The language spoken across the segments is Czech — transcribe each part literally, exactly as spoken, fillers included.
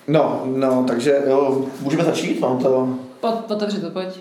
No, no, takže jo, můžeme začít, mám to... Pot, otevři to, pojď.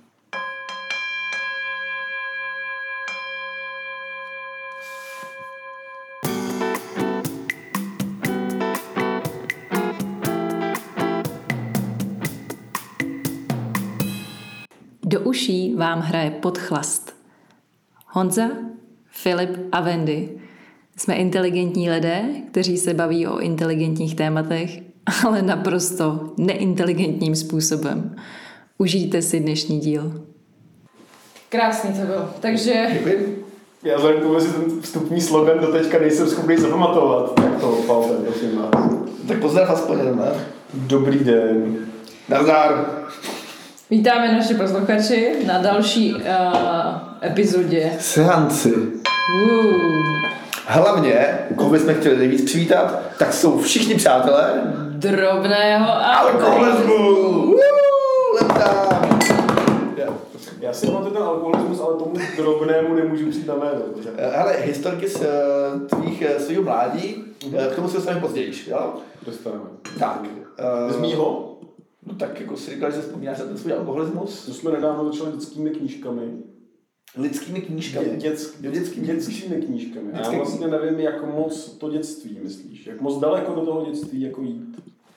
Do uší vám hraje Podchlast. Honza, Filip a Wendy. Jsme inteligentní lidé, kteří se baví o inteligentních tématech, ale naprosto neinteligentním způsobem. Užijte si dnešní díl. Krásný to bylo. Takže... Děkuji. Já vzhledem k tomu, že ten vstupní slogan do teďka nejsem schopný zapamatovat. Tak to opalte, prosím vás. Tak pozdrav aspoň jenom, ne? Dobrý den. Nazdar. Vítáme naše posluchači na další uh, epizodě. Seanci. Uh. Hlavně, koho bychom chtěli nejvíc přivítat, tak jsou všichni přátelé Drobného alkoholismu. Lepta. Já si pamatuju ten alkoholismus, ale tomu drobnému nemůžu přijít na jméno. Hele, historky z tvých svého mládí, k tomu se dostaneme později, jo? Dostaneme. Tak. Z mýho? No tak jako si říkal, že vzpomínáš na ten svůj alkoholismus. To jsme nedávno začali dětskými knížkami. Lidskými knížkami? Dě, dětsk, dětskými, dětskými knížkami. A dětský... já vlastně nevím, jak moc to dětství myslíš. Jak moc daleko do toho dětství jako jít.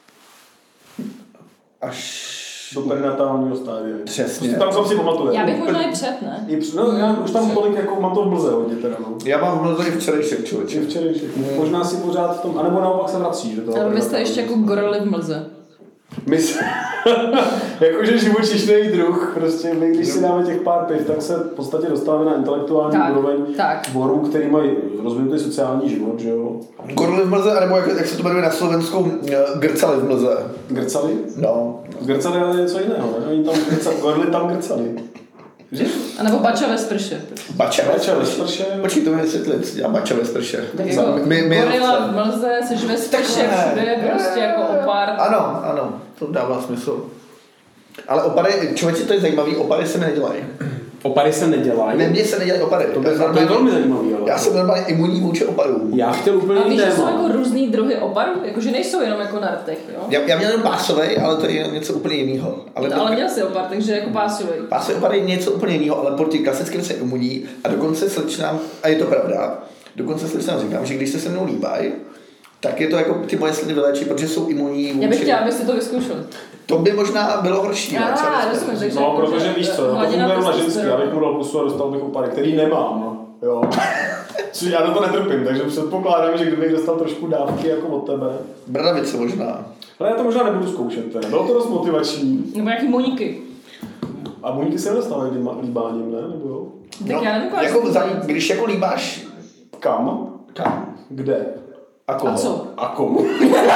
Až do perinatálního stádia. Přesně. Tam jsem si pamatuje. Já bych možná i před, ne? I před, no, já už tam tolik, jako mám to v mlze hodně teda, no. Já mám v mlze i včerejšek, člověče. I včerejšek. Hmm. Možná si pořád v tom, anebo naopak se vrací. Ale vy jste ještě jako gorily v mlze. My se, jakože živočišný druh, prostě my, když si dáme těch pár piv, tak se v podstatě dostáváme na intelektuální tak, úroveň tak. Borů, který mají rozvinutý sociální život, že jo. Gorily v mlze, anebo jak, jak se to jmenuje na Slovensku, uh, grcali v mlze. Grcali? No. Grcali ale něco jiného, ne? Oni tam grcali, gorily tam grcali. A nebo bača ve sprše. Bača, bača ve sprše? Počkej, to mi vysvětlit, já bača ve sprše. Tak jako my, my gorila v mlze, jsi ve sprše všude, prostě jako opar. Ano, ano, to dává smysl. Ale opary, člověče, to je zajímavý, opary se nedělají. Opary se nedělají? Ne, mně se nedělají opary. To, to, je, to je velmi zajímavý. Ale... Já jsem normálně imunní vůči oparům. Já chtěl úplně jiný téma. A víš, že jsou jako téma. různý druhy oparů? Jakože nejsou jenom jako na rtech, jo? Já, já měl jenom pásovej, ale to je něco úplně jiného. Ale, no, ale měl jsi opar, takže jako pásovej. Pásovej opar je něco úplně jiného, ale proti klasickým se imunní a dokonce slečnám, a je to pravda, dokonce slečnám říkám, že když se se mnou líbají, tak je to jako ty moje sliny vyléčí, protože jsou imunní vůči. Já bych chtěla, abyste to vyzkoušeli. To by možná bylo horší. Ah, rozumím, takže no, protože víš co, to funguje na ženský, já bych mu dal pusu a dostal bych opary, který nemám, jo. Což já na to netrpím, takže předpokládám, že kdybych dostal trošku dávky jako od tebe. Bradavice možná. Ale já to možná nebudu zkoušet, teda. Bylo to dost motivační. Nebo nějaký moníky. A moníky se nedostávají líbáním, ne? Nebo jo? Tak no, já nevím, jako za, když jako líbáš... Kam? Kam? Kde? A koho? A co? A komu?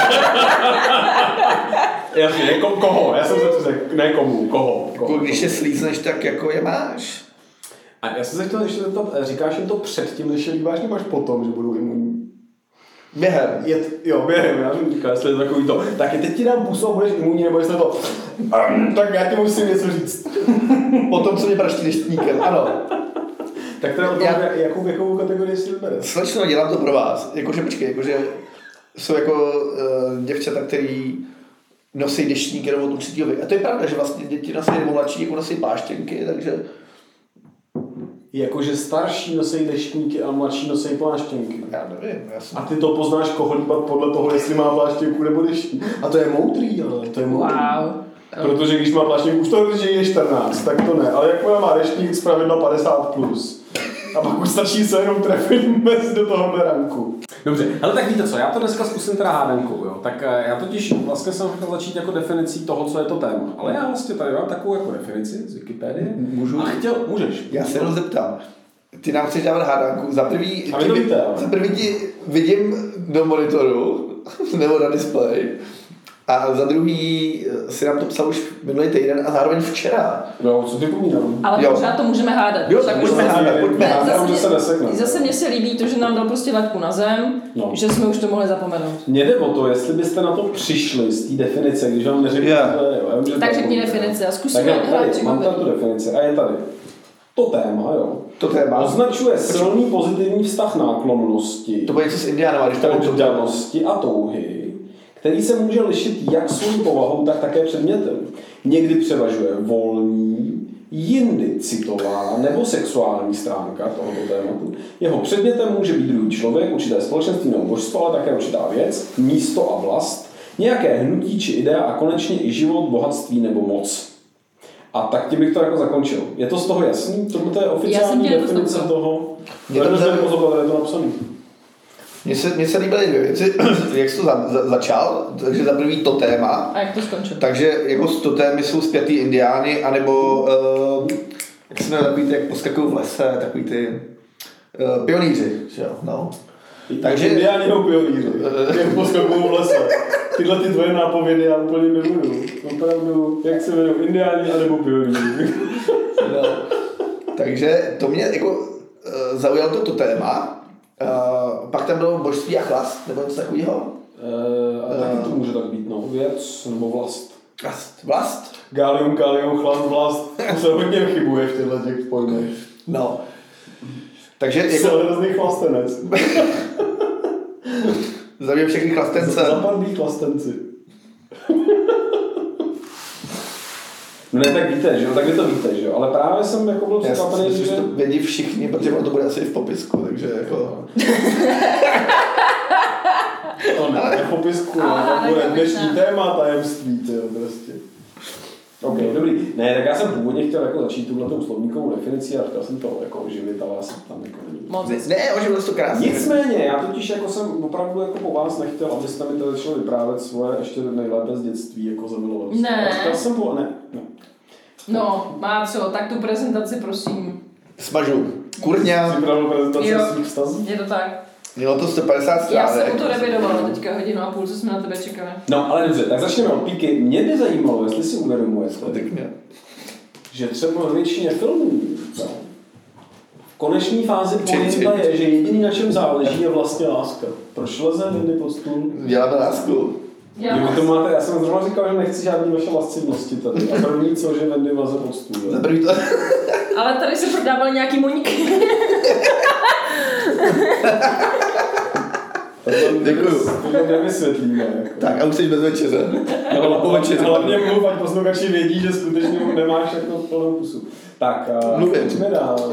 Jasně, ne, ko, koho? Já jsem se to řekl, ne komu, koho? koho jako, když je slízneš, tak jako je máš. A já jsem se chtěl ještě zeptat, říkáš jim to předtím, než je líbáš, nebo až potom, že budou imunní? Během. Je t- jo, během, já jsem říkal, jestli je to takový to, tak teď ti dám pusu a budeš imunní, nebo jestli je to, tak já ti musím něco říct. Potom, co mě praští deštníkem, ano. Tak teda o tom, já... jakou věkovou kategorii si vybere? Slečno, dělám to pro vás. Jakože, počkej, jakože jsou jako uh, děvčata, který nosí deštníky nebo od určitýho věku. A to je pravda, že vlastně děti nosí nebo mladší jako nosí pláštěnky, takže... Jakože starší nosí deštníky a mladší nosí pláštěnky. Já nevím, já jsem... A ty to poznáš, koho líbat podle toho, jestli má pláštěnku nebo deštník. A to je moudrý, ale to je moudrý. Wow. Protože když má pláštěnku, už to že je čtrnáct, tak to ne. Ale jak má deštník, zpravidla padesát plus. A pak už stačí se jenom trefit mezi do toho beranku. Dobře, ale tak víte co, já to dneska zkusím teda hádankou, jo. Tak já totiž vlastně jsem chtěl začít jako definicí toho, co je to téma. Ale já vlastně tady mám takovou jako definici z Wikipedie. Můžu? A chtěl, můžeš. Já se jenom zeptám. Ty nám chceš dávat hádanku. Za prvý, a vy to víte, ale... za prvý ti vidím do monitoru nebo na displeji. A za druhý si nám to psal už minulý týden a zároveň včera. No, co ty pomínám? Ale jo. Pořád to můžeme hádat. Jo, tak můžeme hádat, pojďme hádat. Zase, se nesekne. Zase mně se líbí to, že nám dal prostě laťku na zem, no. Že jsme už to mohli zapomenout. Mně jde o to, jestli byste na to přišli z té definice, když vám neřeknu, yeah. jo, tak řekni definici a zkusíme hrát. Mám tam tu definici a je tady. To téma, jo. To téma. Označuje silný pozitivní vztah náklonnosti. To bude něco s Indiánama, když tam oddanosti a touhy, který se může lišit jak svou povahou, tak také předmětem. Někdy převažuje volný, jindy citová nebo sexuální stránka tohoto tématu. Jeho předmětem může být druhý člověk, určité společenství nebo božstvo, ale také určitá věc, místo a vlast, nějaké hnutí či idea a konečně i život, bohatství nebo moc. A tak tím bych to jako zakončil. Je to z toho jasný? To je oficiální definice toho. Je to, to, to, to napsaný. Mně se, mně se líbily dvě věci, jak jsi to za, za, začal, takže za první to téma. A jak to skončil? Takže jako s totémy jsou zpětý indiáni, anebo uh, jak se jmenuje takový ty, jak poskakují v lese, takový ty uh, pionýři, že jo, no. Takže indiáni nebo pionýři, jak poskakují v lese. Tyhle ty dvoje nápovědy já úplně miluju. Opravdu, jak se jmenují, indiáni anebo pionýři. No. Takže to mě jako uh, zaujalo to, to téma. Uh, pak tam bylo božství a chlast, nebo něco takového? Uh, a taky to může tak být, no. Věc nebo vlast. Vlast. Vlast? Gálium, kalium, chlast, vlast. To se hodně chybuje v těchto těch pojmech. No. Takže jako... Jsem hrozný chlastenec. Zabijem všechny chlastence. Zapadlí chlastenci. No ne, tak víte, že jo, tak vy to víte, že jo, ale právě jsem jako byl překvapený, že... Já to vědí všichni, protože to bude asi i v popisku, takže jako... To ne, ne v popisku, a, to bude dnešní téma tajemství, tyjo, prostě. Ok, dobrý. Ne, tak já jsem původně chtěl jako začít tuhletou slovníkovou definici a chtěl jsem to jako oživit, ale asi tam jako není. Ne, ne oživil to krásně. Nicméně, já totiž jako jsem opravdu jako po vás nechtěl, abyste mi to začali vyprávět svoje ještě nejlépe z dětství, jako zamilovací. Ne. Chtěl jsem po... Ne, ne. No, má co, tak tu prezentaci prosím. Smažu. Kurňa. Připravil prezentaci svých vztazů? Je to tak. Mělo to sto padesát stránek. Já jsem to revidovala teďka hodinu a půl, co jsme na tebe čekali. No, ale dobře, tak začneme od píky. Mě by zajímalo, jestli si uvědomujete, že třeba ve většině filmů v konečné fázi pointa je, že jediný, na čem záleží, je vlastně láska. Proč leze Wendy pod stůl? Děláme lásku. Já, to máte, já jsem zrovna říkal, že nechci žádný vaše lascivnosti tady. A první co, že Wendy leze pod stůl. Za první to... Ale tady se prodávaly nějaký moníky. Děkuju. To nevysvětlíme. Jako. Tak a už jsi bez večeře. No, po večeře. Hlavně mluv, ať posluchači vědí, že skutečně nemáš jako plnou pusu. Tak, pojďme dál.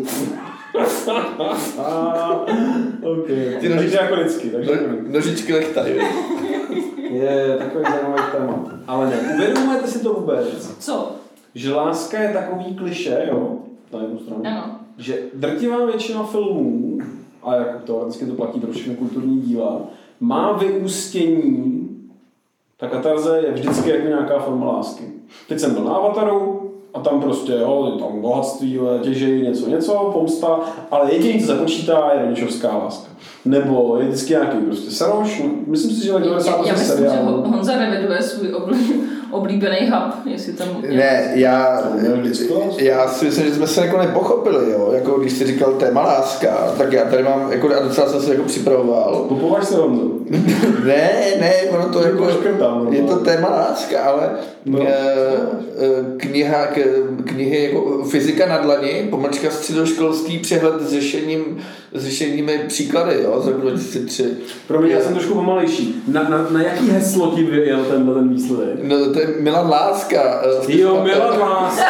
okay. Ty nožičky jako vždycky. Takže no, nožičky lechtají. Je takový zajímavý téma. Ale ne, uvědomujete si to vůbec? Co? Že láska je takový klišé, jo? Na jednu stranu. Ano. Že drtivá většina filmů, a jako to vždycky to platí pro všechny kulturní díla, má vyústění, ta katarze je vždycky jako nějaká forma lásky. Teď jsem byl na Avataru a tam prostě, jo, tam bohatství, těžej, něco, něco, pomsta, ale jediný, co započítá, je rodičovská láska. Nebo je vždycky nějaký prostě seroš, myslím si, že tak devadesát procent seriálu. Já myslím, že Honza reviduje svůj oblíbený hub, jestli tam... Ne, já, já si myslím, že jsme se jako nepochopili, jo, jako když jsi říkal téma láska, tak já tady mám, jako a docela jsem se jako připravoval. Kupováš se Honzo? Ne, ne, ono to jako, škrtám, je to téma láska, ale no, kniha, knihy jako Fyzika na dlani, pomlčka středoškolský přehled s řešením, s řešeními příklady, jo, z roku dva tisíce tři. Promiň, já jsem trošku pomalejší. Na, na, na jaký heslo ti vyjel tenhle ten výsledek? No, to je Milan Láska. Jo, Milan Láska.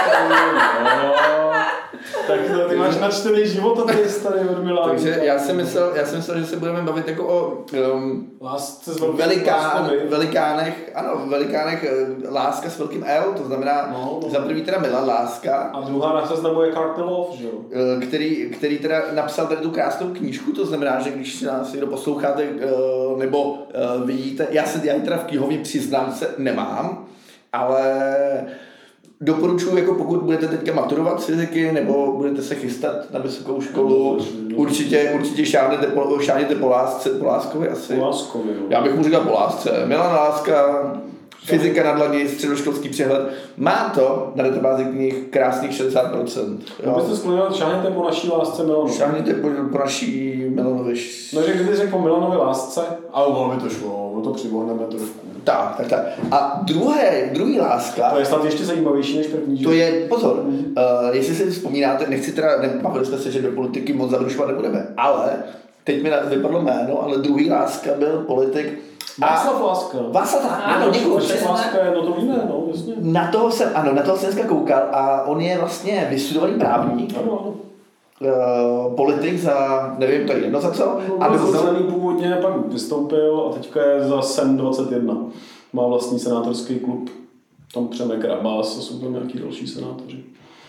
Tak to, ty máš načtený životopis tady od Milana. Takže já jsem myslel, já jsem myslel, že se budeme bavit jako o um, lásce s velikán, velikánech, ano, velikánech láska s velkým L, to znamená no, no. Za první teda Milan Láska. A druhá na seznamu je Courtney Love, že jo? Který, který teda napsal tady tu krásnou knížku, to znamená, že když nás někdo posloucháte nebo vidíte, já se já teda v knihovně přiznám se nemám, ale doporučuji, jako pokud budete teďka maturovat z fyziky nebo budete se chystat na vysokou školu, určitě, určitě šáhněte po, šáhněte po lásce, po láskovi asi. Po láskovi, no. Já bych mu říkal po lásce. Milan Láska, Fyzika na dlani, středoškolský přehled. Má to na databázi knih krásných šedesát procent. Jo. Byste skloněl, šáhněte po naší lásce Milanovi. Šáhněte po, po naší Milanovi. No, že kdyby řekl po Milanovi lásce, ale ono by to šlo, no to přivohneme trošku. Tak, tak, tak. A druhé, druhý Láska... To je snad ještě zajímavější než první. To je, pozor, mm. uh, jestli si vzpomínáte, nechci teda, nebavili jsme se, že do politiky moc zabrušovat nebudeme, ale teď mi vypadlo jméno, ale druhý Láska byl politik Václav Láska. Václav, ano, děkuji. Václav Láska je, no to víme, no, jasně. Na toho jsem, ano, na toho jsem dneska koukal a on je vlastně vystudovaný právník. Ano, ano. Uh, politik za, nevím, to je jedno za co. A byl zelený původně, pak vystoupil a teďka je za S E M dvacet jedna. Má vlastní senátorský klub. Tam Přemek Rabás a jsou tam nějaký další senátoři.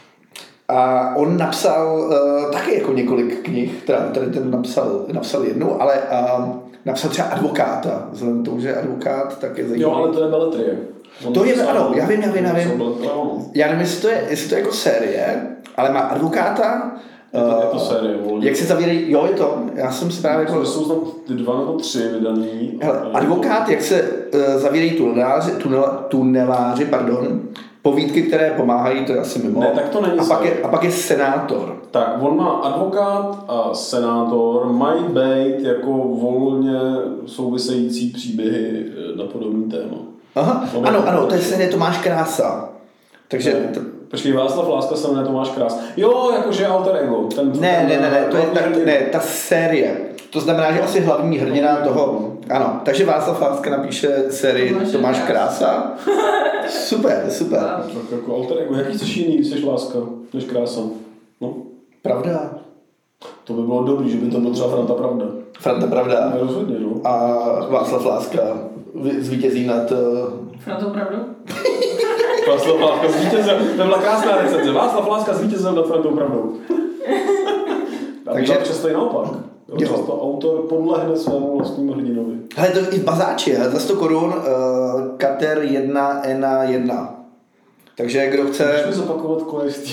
A on napsal uh, taky jako několik knih, teda tady ten napsal, napsal jednu, ale uh, napsal třeba Advokáta. Vzhledem k tomu, že advokát tak je zajímavý. Jo, ale to je beletrie. On To je, psal, ano, já vím, já vím, já vím. Já nevím, jestli to je, jestli to je jako série, ale má Advokáta. Je to, je to série, volně. Jak se zavírají, jo, je to, já jsem si právě jako... Jsou tam dva nebo tři vydaný. Hele, advokát, jak se uh, zavírají tuneláři, tunel, tuneláři, pardon, povídky, které pomáhají, to je asi mimo. Ne, tak to není a pak, je, a pak je senátor. Tak, on má advokát a senátor, mají být jako volně související příběhy na podobný téma. Aha, no, ano, ano, to je série Tomáš Krása. Takže... Ne, To... Počkej, Václav Láska se jmenuje Tomáš Krás. Jo, jakože alter ego. Ten, Ne, ne, ne, ne, to je ta, hrdina. ne, ta série. To znamená, že asi hlavní hrdina toho... Ano, takže Václav Láska napíše sérii Tomáš Tomáš Krása. Krása. Super, super. Tak jako alter ego. Jaký jsi jiný, když jsi Láska, než Krása? No, Pravda. to by bylo dobrý, že by to byl třeba Franta Pravda. Franta Pravda. Ne, rozhodně, no. A Václav Láska vy- zvítězí nad... Uh... Frantou pravdu? Václav Láska zvítězil. To byla krásná recenze. Václav Láska zvítězil nad Frantou Pravdou. Takže často i naopak. Jo, Jo. často autor podlehne svému vlastnímu hrdinovi. Hele, to i v bazáči, za sto korun uh, Kater jedna Ena jedna. Takže kdo chce... Můžeš mi zopakovat kolečství?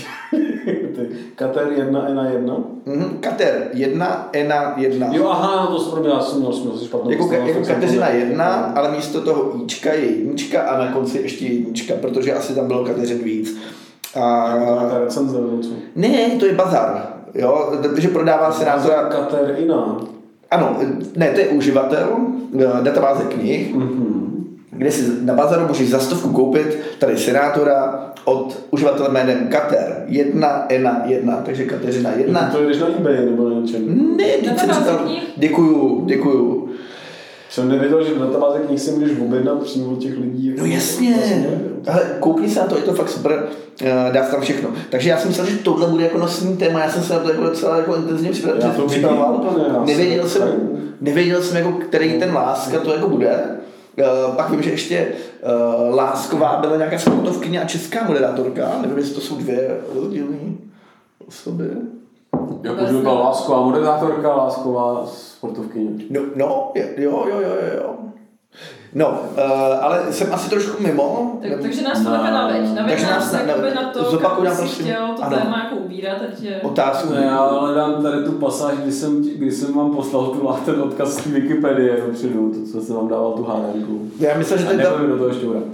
Kater jedna Ena jedna? Mm-hmm, Kater jedna Ena jedna. Jo, aha, no to jsem já jsem měl směl, špatnou. Jako, postavu, jako tak jsem Kateřina to- jedna, ale místo toho Ička je jednička a na konci ještě jednička, protože asi tam bylo Kateřin víc. A... Nějaká recenze nebo co? Ne, to je bazar. Jo, že prodává se názora... Kater Ina. Ano, ne, to je uživatel eh, databáze knih, Mhm. kde si na bazaru můžeš za stovku koupit tady senátora od uživatele jménem Kater jedna Ena jedna, takže Kateřina jedna. To jdeš na eBay nebo na něčem? Ne, teď jsem Databáze říkal, knih? děkuju, děkuju. Jsem nevěděl, že v databáze knih si můžeš objednat přímo od těch lidí. No jasně, ale koukni se na to, je to fakt super, eh, dá se tam všechno. Takže já jsem myslel, že tohle bude jako nosný téma, já jsem se na to jako docela jako intenzivně připra- Já to připravoval. vidím úplně, já Nevěděl jsem- jsem, nevěděl jsem jako, který ten Láska to jako bude. Uh, pak vím, že ještě uh, Lásková byla nějaká sportovkyně a česká moderátorka. Nevím, jestli to jsou dvě rozdílné osoby. Jako, že byla Lásková moderátorka, Lásková sportovkyně. No, no jo, jo, jo, jo, jo. No, uh, ale jsem asi trošku mimo. Tak, takže nás to nebe naveď. Naveď Takže nás nás na- jakoby na to, zopakuj nám, kam jsi prosím. chtěl to Ano. téma jako ubírat, takže... Otázku. Ne, já ale dám tady tu pasáž, kdy jsem, kdy jsem vám poslal tu, ten odkaz z Wikipedie dopředu, to, co jsem vám dával tu hádanku. Já myslím, že A ten nebudeme do toho ještě urat.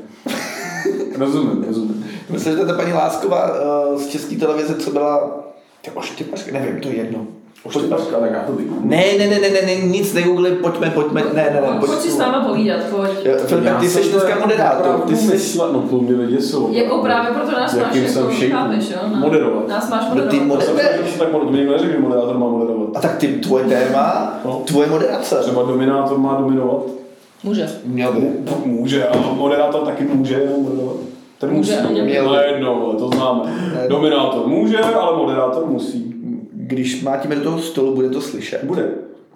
Rozumím, rozumím. myslím, že ta paní Lásková uh, z české televize, co byla... Ty oštěpařka, nevím, to je jedno. Oštěpařka, tak já to vidím. Ne, ne, ne, ne, ne, ne, nic negoogli, pojďme, pojďme, ne, ne, ne, Pojď si s náma povídat, pojď. Jo, Filipe, ty jsi dneska moderátor, ty jsi... No to mě vyděsilo. Jako právě proto nás máš, Jakým jsem jako šejku. chápeš, jo? Na- Moderovat. Nás máš No ty moderovat. Já jsem moderuješ. říkal, že tak to mi někdo neřekl, že moderátor má moderovat. A tak ty, tvoje téma, No. tvoje moderace. Třeba dominátor má dominovat. Může. Měl by. Může, ale moderátor taky může jenom moderovat. Ten Může musí. a měl by. Měl jednou, to známe. Ne. Dominátor může, ale moderátor musí. Když mátíme do toho stolu, bude to slyšet. Bude.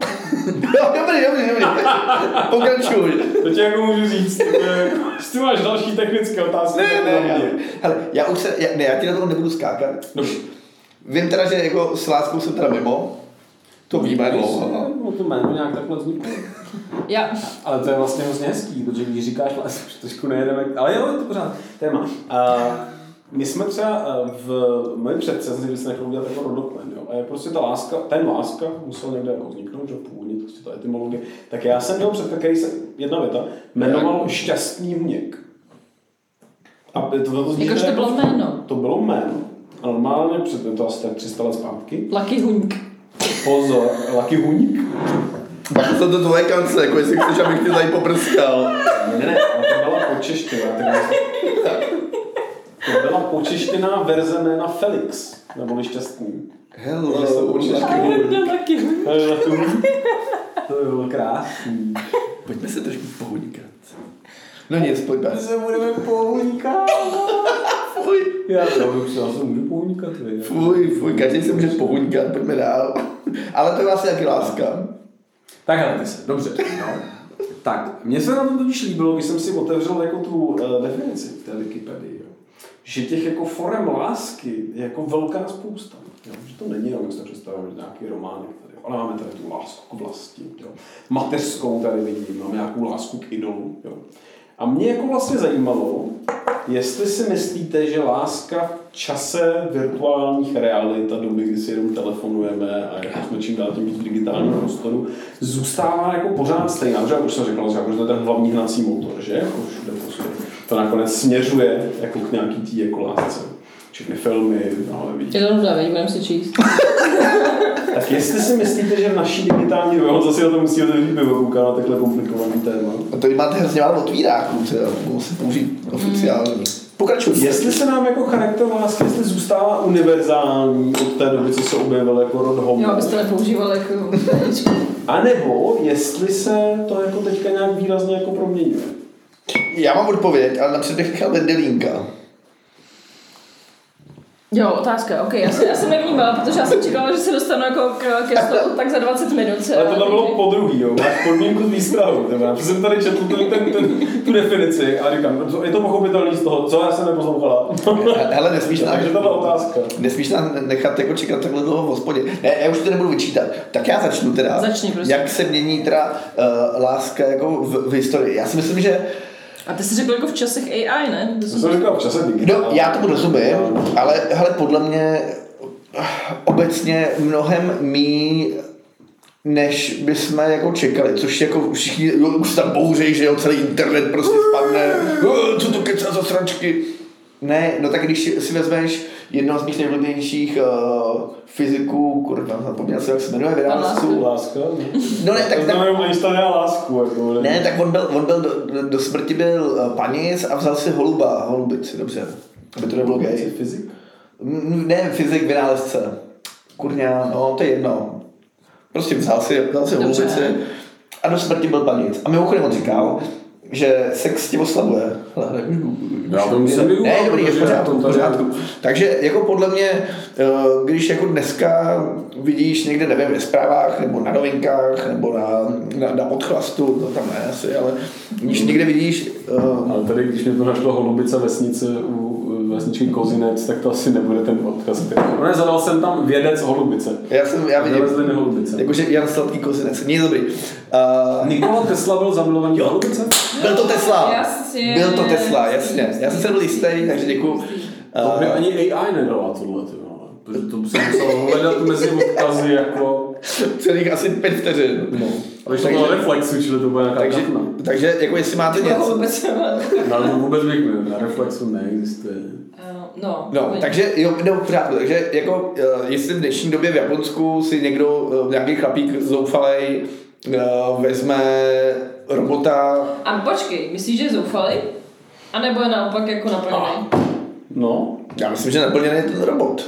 Jo, dobrý, dobrý, dobrý. Pokračuj. To tě jako můžu říct. Když ty máš další technické otázky, Ne, tak ne, na já, mě. hele, já už se, já, ne, já ti na toho nebudu skákat. Dobře. Vím teda, že jako s Láskou jsem teda mimo. To víme dlouho. No to jméno nějak takhle vzniklo. Já. Ale to je vlastně hrozně hezký, protože když říkáš, les, už trošku nejedeme, ale jo, je to pořád téma. A my jsme třeba v mojím předsezně, kdy se nechal udělat jako rodokmen, jo, a je prostě ta láska, ten láska musel někde jako vzniknout, že původně prostě ta etymologie, tak já jsem měl předka, který se, jedna věta, jmenoval Šťastný Huněk. A to, to, to, Jakože to bylo jméno. To bylo jméno. A normálně před to asi tak tři sta let zpátky. Lucky Huňk. Pozor, Lucky Huník. Pak jsou to tvoje kance, jako jestli chceš, abych ty tady poprskal. Ne, ne, ale to byla počeštěná. To byla počeštěná verze jména Felix, neboli Šťastný. Hello, To určitě A jedna Lucky Huňk. To by bylo krásný. Pojďme se trošku pohonikat. No nic, pojďme. My se budeme pohonikat. Fuj. Já to už se můžu pohonikat. Fuj, fuj, každý se může pohonikat, pojďme dál. Ale to je vlastně taky láska. Tak hledajte se, dobře. No. Tak, mně se na tom totiž líbilo, když jsem si otevřel jako tu uh, definici v té Wikipedii, jo. Že těch jako forem lásky je jako velká spousta. Jo. Že to není jenom, jak se představujeme, nějaký románek tady, ale máme tady tu lásku k vlasti, jo. Mateřskou tady vidím, máme nějakou lásku k idolu. Jo. A mě jako vlastně zajímalo, jestli si myslíte, že láska v čase virtuálních realit a doby, kdy si jenom telefonujeme a jako jsme čím dál tím víc v digitálním prostoru, zůstává jako pořád stejná, protože už jsem říkal, že to je ten hlavní hnací motor, že jako všude prostě to nakonec směřuje jako k nějaký tý jako lásce. Všechny filmy, ale vidíte. Je to nuda, veď, budeme si číst. Tak jestli si myslíte, že v naší digitální dobu, zase na to musí otevřít bibliobuka na takhle komplikovaný téma. A to máte hrozně málo otvíráků, třeba, musím použít oficiálně. Mm. Pokračuj. Jestli se nám jako charakter lásky, jestli zůstává univerzální od té doby, co se objevil jako rod homo. Jo, abyste nepoužíval jako... A nebo jestli se to jako teďka nějak výrazně jako proměňuje. Já mám odpověď, ale napřed bych nechal Vendelínka. Jo, otázka, ok, já, jsem, já jsem nevnímala, protože já jsem čekala, že se dostanu jako k, ke stolu tak za dvacet minut. Ale tohle bylo po druhý, jo, máš podmínku z výstrahu, protože jsem tady četl ten, ten, ten, tu definici a říkám, je to pochopitelný z toho, co já jsem neposlouchala. Hele, nesmíš nám, takže to byla otázka. Nesmíš nám nechat jako čekat takhle dlouho v hospodě. Ne, já už to nebudu vyčítat. Tak já začnu teda. Začni, prosím. Jak se mění teda uh, láska jako v, v historii. Já si myslím, že A ty jsi řekl jako v časech A I, ne? To jsem říkal v čase digitální. no, já tomu rozumím, ale hele, podle mě obecně mnohem míň, než bychom jako čekali, což jako všichni už tam bouřejí, že jo, celý internet prostě spadne, co to kecá za sračky. Ne, no tak když si vezmeš jednoho z mých nejoblíbenějších uh, fyziků, kurva, zapomněl jsem, jak se jmenuje, vynálezců. Láska? No ne, tak, to znamená Einstein a lásku. Jako, ne, tak on byl, on byl do, do, do smrti byl panic a vzal si holuba, holubici, dobře, aby to nebylo gay. Fyzik? Ne, fyzik, vynálezce. Kurňa, no, to je jedno. Prostě vzal si, vzal si holubici a do smrti byl panic. A mimochodem on říkal, že sex tě oslabuje. Já to musím využít. Ne, dobrý, je v pořádku, v pořádku. Takže jako podle mě, když jako dneska vidíš někde, nevím, ve zprávách, nebo na novinkách, nebo na, na, na podchlastu, to tam ne asi, ale když někde vidíš... Uh, ale tady, když mě to našlo holubice vesnice u vesničky Kozinec, tak to asi nebude ten odkaz. No, zadal jsem tam vědec holubice. Já jsem, já vidím. Zavezli mi holubice. Jakože Jan Sladký Kozinec. Není dobrý. Uh, Nikola Tesla byl zamilovaný holubice? Byl to Tesla. Jasně. Byl to Tesla, jasně. Já jsem se byl jistý, takže děkuju. Uh, to by ani A I nedala tohle. Protože to by se muselo hledat mezi odkazy jako... celých asi pět vteřin. No. Ale to bylo Reflexu, čili to bude nějaká takže, kafna. takže jako jestli máte něco... No, no vůbec bych ne, na Reflexu neexistuje. Uh, no, no, takže jo, no, pořád, takže jako, uh, jestli v dnešní době v Japonsku si někdo, uh, nějaký chlapík zoufalej, uh, vezme robota... A počkej, myslíš, že je zoufalý? A nebo je naopak jako naplněný? No. Já myslím, že naplněný je ten robot.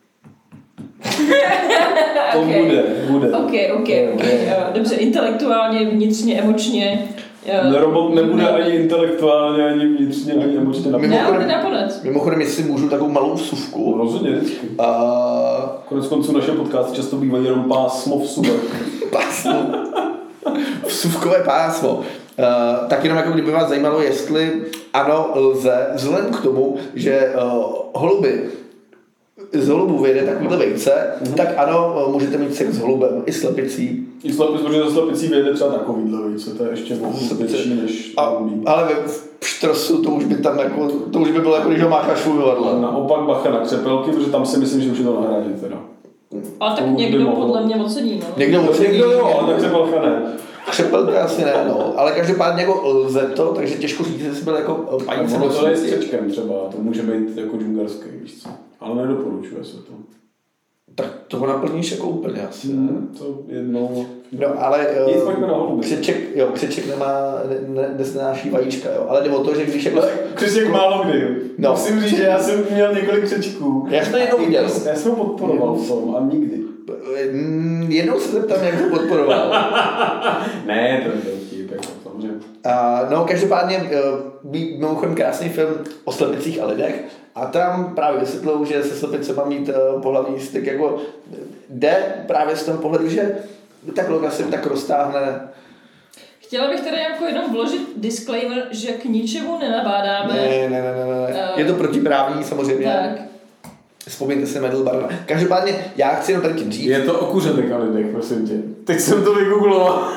To okay. bude, bude. Ok, ok, ok. Dobře, intelektuálně, vnitřně, emočně. Ne, robot nebude ne. ani intelektuálně, ani vnitřně, ani emočně naplněný. Ne, ale nakonec. Mimochodem, jestli můžu takovou malou vsuvku. No, rozhodně vždycky. Uh... Konec konců naše podcasty často bývají jenom pásmo vsuvek. Pásmo. Vsuvkové pásmo. Uh, tak jenom jako kdyby vás zajímalo, jestli ano, lze, vzhledem k tomu, že uh, holuby z holubu vyjde takovýhle vejce, mm-hmm. tak ano, můžete mít sex s holubem i slepicí. I slepicí, protože ze slepicí vyjde třeba takovýhle vejce, to je ještě větší než a, ale v pštrosu to už by tam jako, to už by bylo jako, když ho mácháš fujovadle. Naopak bacha na křepelky, protože tam si myslím, že už je to na hradě teda. A tak někdo podle mě ocení, no. Někdo ocení, někdo jo, ale tak křepelka ne. Křepelka asi ne, no. Ale každopádně jako lze to, takže těžko říct, že jsi byl jako paní. Ono to je s křečkem třeba, to může být jako džungarský, víš co. Ale nedoporučuje se to. Tak toho naplníš jako úplně asi. Hmm, to jednou... No, ale Nic, pojďme na holuby. Křeček, jo, křeček nemá, ne, nesnáší vajíčka, jo. Ale jde o to, že když jako... Křeček málo kdy. No. Musím říct, že já jsem měl několik křečků. Já jsem to jednou viděl. Já jsem ho podporoval v tom a nikdy. Jednou se zeptám, jak to podporoval. Ne, to nebyl vtip, jako to. A, no, každopádně byl mimochodem krásný film o slepicích a lidech a tam právě vysvětlou, že se slepicema mít pohlavní styk jako jde právě z toho pohledu, že tak loga se tak roztáhne. Chtěla bych tady jako jenom vložit disclaimer, že k ničemu nenabádáme. Ne, ne, ne, ne, ne. Je to protiprávní samozřejmě. Tak. Vzpomeňte si Medal Barona. Každopádně já chci jenom tady tím říct. Je to o kuřetech a lidech, prosím tě. Teď jsem to vygoogloval.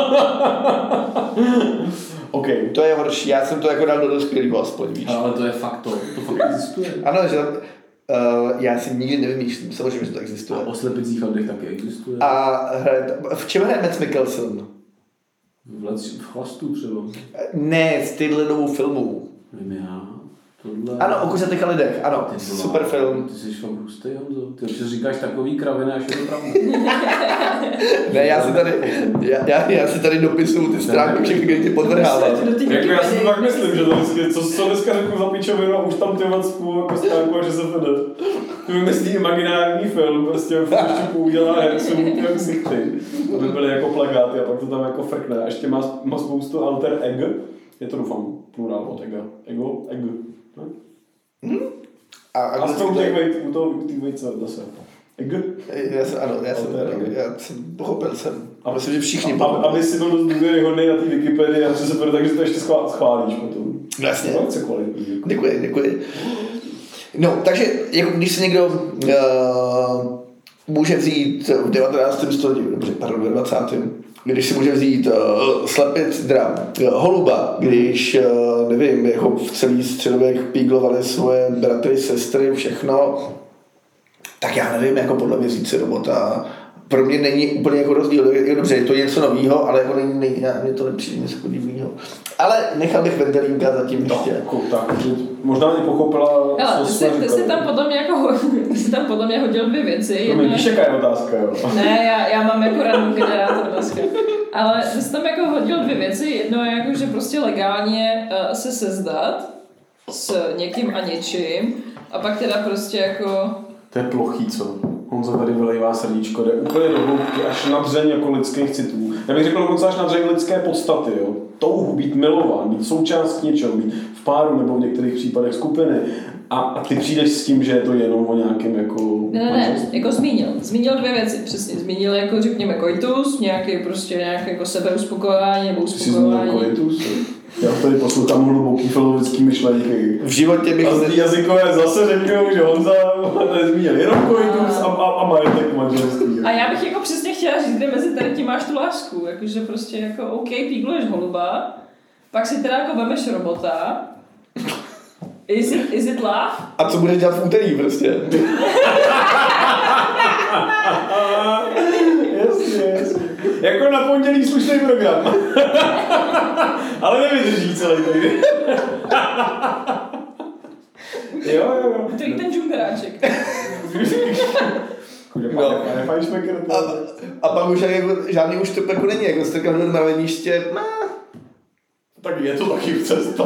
OK, to je horší, já jsem to jako dal do dospělého aspoň, víš. Ale to je fakt to, to fakt existuje. Ano, že uh, já si nikdy nevymýšlím, samozřejmě, že to existuje. A o slepicích a lidech taky existuje. A hraje, v čem hraje Mads Mikkelsen? V, lec, v chlastu třeba. Ne, z tyhle novou filmů. Vím já. Tohle... Ano, o kuřatech a lidech, ano, Ty super má, film. Ty jsi fakt hustý, Honzo. Ty občas říkáš takový kraviny, až je to pravda. Ne, já si tady, já, já, já si tady dopisuju ty stránky, všechny, kde ti podvrhávám. Jako já si to tak myslím, že to vždycky, co, co dneska řeknu za pičovinu a už tam ty půl jako stránku a že se vede. Tu vymyslí imaginární film, prostě v Photoshopů udělá herců, ty ksichty, aby byly jako plagáty a pak to tam jako frkne. A ještě má, má spoustu alter ego. Je to doufám plurál od ega. Ego? Ego. Hmm? A, a, a z toho těch vejt, u toho těch vejce zase. Ego? Já jsem, ano, já jsem, já jsem, pochopil jsem. A myslím, že všichni a, pochopili. aby si to dost důvěryhodnej na té Wikipedii a že se bude tak, že to ještě schválíš potom. Vlastně. To je kvalitní. Děkuji, děkuji. No, takže jako když se někdo uh, může vzít v devatenáctém století, dobře, pardon, ve dvacátém když si může vzít uh, slepic, teda uh, holuba, když, uh, nevím, jako v celý středověk píglovali svoje bratry, sestry, všechno, tak já nevím, jako podle mě říct si robota, pro mě není úplně jako rozdíl, je dobře, je to něco novýho, ale jako není, není mě to nepřijde něco divného. Ale nechal bych Vendelínka zatím ještě. Jako, tak, že možná nepochopila, hele, co ty jsme jsi, ty jsi tam potom jako, ty jsi tam potom mě hodil dvě věci. No, víš, jaká je otázka, jo? Ne, já, já mám jako random generátor dneska. Ale ty jsi tam jako hodil dvě věci. Jedno je jako, že prostě legálně uh, se sezdat s někým a něčím. A pak teda prostě jako... To je plochý, co? Honza tady vylejvá srdíčko, jde úplně do hloubky, až na dřeň jako lidských citů. Já bych řekl dokonce až na dřeň lidské podstaty, jo? Touhu být milován, být součást něčeho, být v páru nebo v některých případech skupiny. A, a ty přijdeš s tím, že je to jenom o nějakém jako... Ne, ne, ne, jako zmínil. Zmínil dvě věci, přesně. Zmínil jako řekněme koitus, nějaký prostě nějaké jako sebeuspokojování nebo uspokojování. Jsi zmínil koitus? Já tady poslouchám hluboký filozofický myšlenky. V životě bych... A z jazykové zase řeknou, že Honza nezmínil jenom koitus a, a, a majetek manželství. A já bych jako přesně chtěla říct, kde mezi tady tím máš tu lásku. Jakože prostě jako OK, pígluješ holuba, pak si teda jako vemeš robota. Is it, is it love? A co budeš dělat v úterý prostě? Jasně, jasně. Jako na pondělí slušný program. Ale nevydrží celý týden. Jo, jo, jo. To je ten džungeráček. No. A, a pak už jako, žádný už to jako není, jako jste kam do mraveniště, tak je to taky cesta.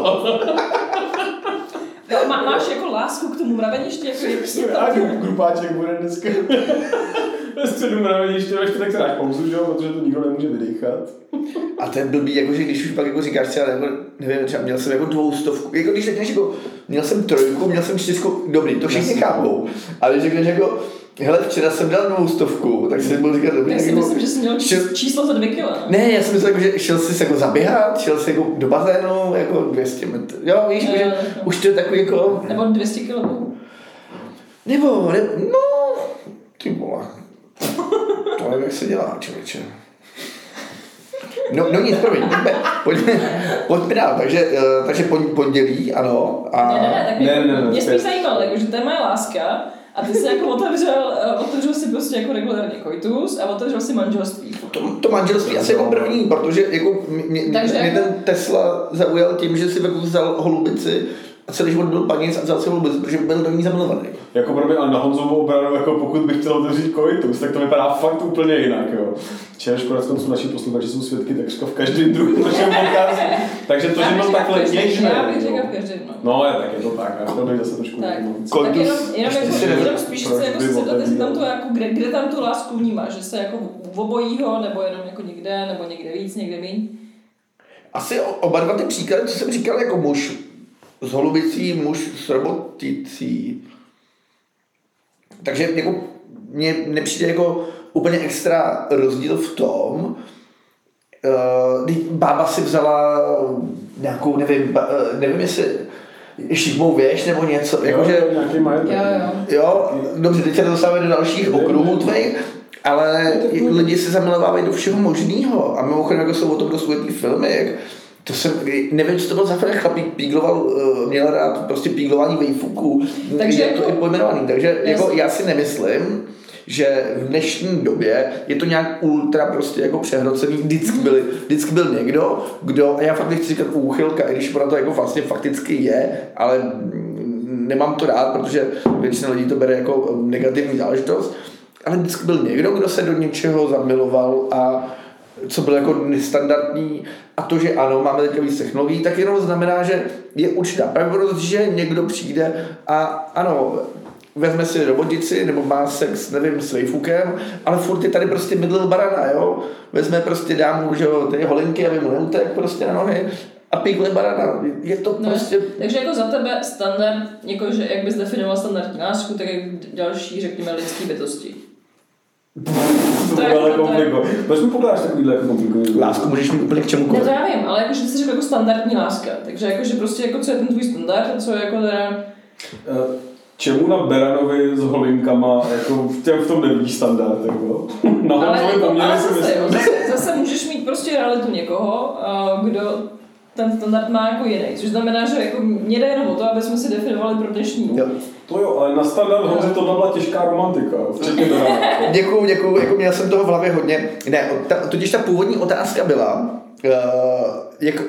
No, má, máš jako lásku k tomu mraveništi, jako je prostě to. A grupáček bude dneska. Ve středu mraveniště, až to tak se dáš pauzu, že jo, protože to nikdo nemůže vydýchat. A to je blbý, jakože když už pak jako říkáš třeba, jako, nevím, třeba měl jsem jako dvoustovku, jako když řekneš jako, měl jsem trojku, měl jsem čtyřku, dobrý, to všichni chápou, ale když řekneš jako, hele, včera jsem dal dvoustovku, tak si byl říkat, dobrý. Já si jako, myslím, že jsi měl šel, číslo za dvě kila. Ne, já jsem myslel, jako, že šel jsi jako zaběhat, šel jsi jako do bazénu, jako dvě stě metrů, jo, víš, no, že no. Už to je takový jako... Nebo dvě stě kilo. Nebo, ne, no, ty vole, to nevím, jak se dělá, člověče. No, no nic, promiň, pojďme, pojďme, pojďme dál, takže, uh, takže pondělí, ano. A... Ne, ne, ne, tak mě, ne, ne, ne, mě spíš zajímalo, jako, že to je moje láska a ty jsi jako otevřel, otevřel si prostě jako regulárně koitus a otevřel si manželství. To, to manželství asi jako první, protože jako mě, mě, mě jako... ten Tesla zaujal tím, že si jako vzal holubici a celý život byl paněc a vzal si holubici, protože byl do ní zamilovaný. Jako pro mě, ale na Honzovou obranu, jako pokud bych chtěl otevřít koitus, tak to vypadá fakt úplně jinak, jo. Čež konec konců naši posluchači jsou svědky takřka v každém druhém našem podcastu. Takže to, že byl takhle něžný. Já bych řekl v každém, no. No, je, tak je to tak, a to bych zase trošku tak. nekomoc. Tak jenom, jenom, jako, jenom spíš chci jako se zeptat, jestli tam tu, jako, kde, kde tam tu lásku vnímáš, že se jako v obojího, nebo jenom jako někde, nebo někde víc, někde míň? asi oba dva ty příklady, co jsem říkal, jako muž s holubicí, muž s roboticí. Takže jako mně nepřijde jako úplně extra rozdíl v tom, uh, bába si vzala nějakou, nevím, ba, uh, nevím jestli šikmou věž nebo něco, jakože... Nějaký majetek. Jo, jo. Jo, dobře, teď se dostáváme do dalších okruhů tvých, ale lidi se zamilovávají do všeho možného. A mimochodem, jako jsou o tom dost ujetý filmy, jak to jsem, nevím, co to byl za film, chlapík pígloval, měl rád prostě píglování vejfuků, Takže je to jako- i pojmenovaný. Takže Já jako, si- já si nemyslím, že v dnešní době je to nějak ultra prostě jako přehrocený. Vždycky, byli, vždycky byl někdo, kdo, a já fakt nechci říkat úchylka, i když ona to jako vlastně fakticky je, ale nemám to rád, protože většina lidí to bere jako negativní záležitost, ale vždycky byl někdo, kdo se do něčeho zamiloval a co bylo jako nestandardní, a to, že ano, máme teďka víc technologií, tak jenom znamená, že je určitá pravděpodobnost, že někdo přijde a ano, vezme si robotici, nebo má sex, nevím, s vejfukem, ale furt je tady prostě middle barana, jo? Vezme prostě dámu, že jo, ty holinky, aby mu neutek prostě na nohy a píkle barana. Je to No, prostě... takže jako za tebe standard, jako že jak bys definoval standardní lásku, tak jak další, řekněme, lidský bytosti. To To je je- ale to je- komplikovat. Proč mi pokládáš takovýhle jako komplikovaný? Lásku můžeš mít úplně k Ne, čemukoliv. to já vím, ale jakože ty jsi řekl jako standardní láska, takže jakože prostě jako co je ten tvůj standard a co je jako teda... Eh, Čemu na Beranovi s holinkama, jako v těm v tom nevidíš standard, jako? Na Ale, Honzovi jako, poměrně ale si zase, myslím. jo, zase, zase můžeš mít prostě realitu někoho, a kdo ten standard má jako jiný, což znamená, že jako mě jde jenom o to, aby jsme si definovali pro dnešní. Jo. To jo, ale na standard Honzi tohle byla těžká romantika, jo, včetně Berana. Děkuju, děkuju, jako měl jsem toho v hlavě hodně. Ne, ta, totiž ta původní otázka byla, uh, jak...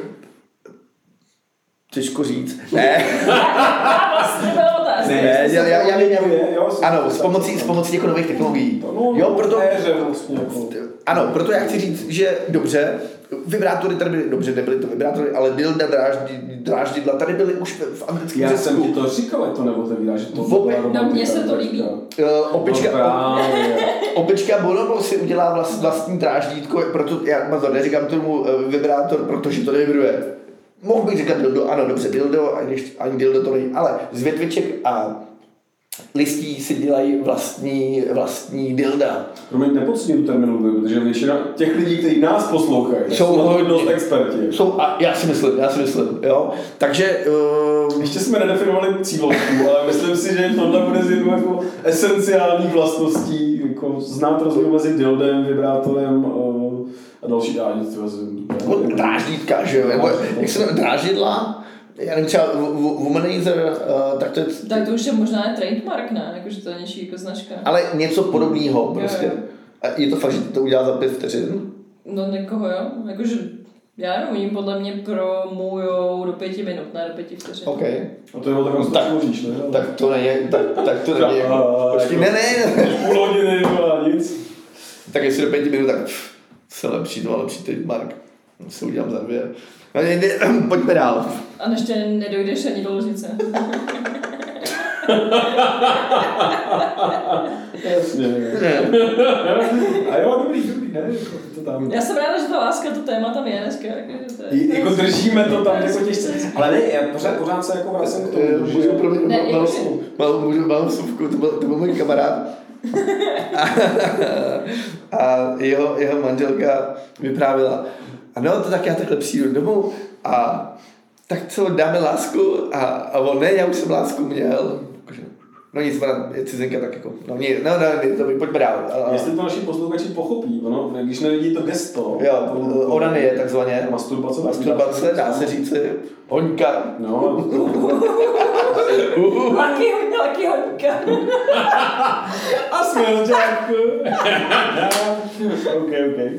Těžko říct. Ne, Vlastně byla otázka. ne, já, já, já vím, já vím. Jo, Ano, s pomocí, s pomocí jako nových technologií. No, Jo, proto... éře vlastně, jako. Ano, proto já chci říct, že dobře, vibrátory tady byly, dobře, nebyly to vibrátory, ale dilda, dráždi, dráždidla tady byly už v, v americkém Já jsem ti Řecku. to říkal, jak to neotevíráš, že to Vůbec- byla no, mně romantika, se to teďka. líbí. Uh, opička, No právě. opička Bonobo si udělá vlast, vlastní dráždítko, proto já pozor, neříkám tomu uh, vibrátor, protože to nevibruje. Mohl bych říkat dildo, ano, dobře, dildo, ani, ani dildo to není, ale z větviček a listí si dělají vlastní, vlastní dilda. Promiň, nepodceňuji tu terminologii, protože většina těch lidí, kteří nás poslouchají, Jsou jsou na to hodně. dost experti. Jsou, a já si myslím, já si myslím, jo. Takže... Uh, Ještě jsme nedefinovali cílovku, ale myslím si, že tohle bude z jednou jako esenciální vlastností, jako znát rozdíl mezi dildem, vibrátorem uh, a další dání. Jako dráždítka, že jo, nebo jak se jmenuje, dráždidla, já nevím, třeba Womanizer, uh, tak to je, Tak to už je možná je trademark, ne? Jakože to je něčí jako značka. ale něco podobného prostě. Jo, A je to fakt, že to udělá za pět vteřin? No někoho, jo. Jakože, já nevím, oni podle mě promujou do pěti minut, ne do pěti vteřin. OK. A to je o takovém Tak- mluvíš, ne? Tak to není, tak, tak to není, jako, počkej, ne, ne, Půl hodiny, no a nic. tak jestli do pěti minut, tak pff, se lepší, no lepší trademark. Se udělám za dvě. No, ne, ne, pojďme dál. A ještě nedojdeš ani do ložnice. Jasně. Ne. A jo, dobrý, dobrý, ne? Jako to tam. Já jsem ráda, že ta láska, to téma tam je dneska. Jakože to je, I- Jako držíme to tam je jako těžce. Ale ne, já pořád, pořád se jako vracím k tomu, Eh, Můžu že... pro mě Ne, malou, jakože- malou, můžu malou suvku, to byl, to byl můj kamarád. A, a jeho, jeho manželka vyprávila, a no, to tak já takhle přijdu domů a tak co, dáme lásku a, a on, ne, já už jsem lásku měl. Jakože, no nic, ona je cizinka, tak jako, no, nie, no, no, to by, pojďme dál. A, a, Jestli to naši posluchači pochopí, ono, když nevidí to gesto. jo, to- onanie takzvaně. Masturbace. Masturbace, dá se říci. Hoňka. No, Laky hodně, laky hodňka. a jsme na čárku. ok, ok.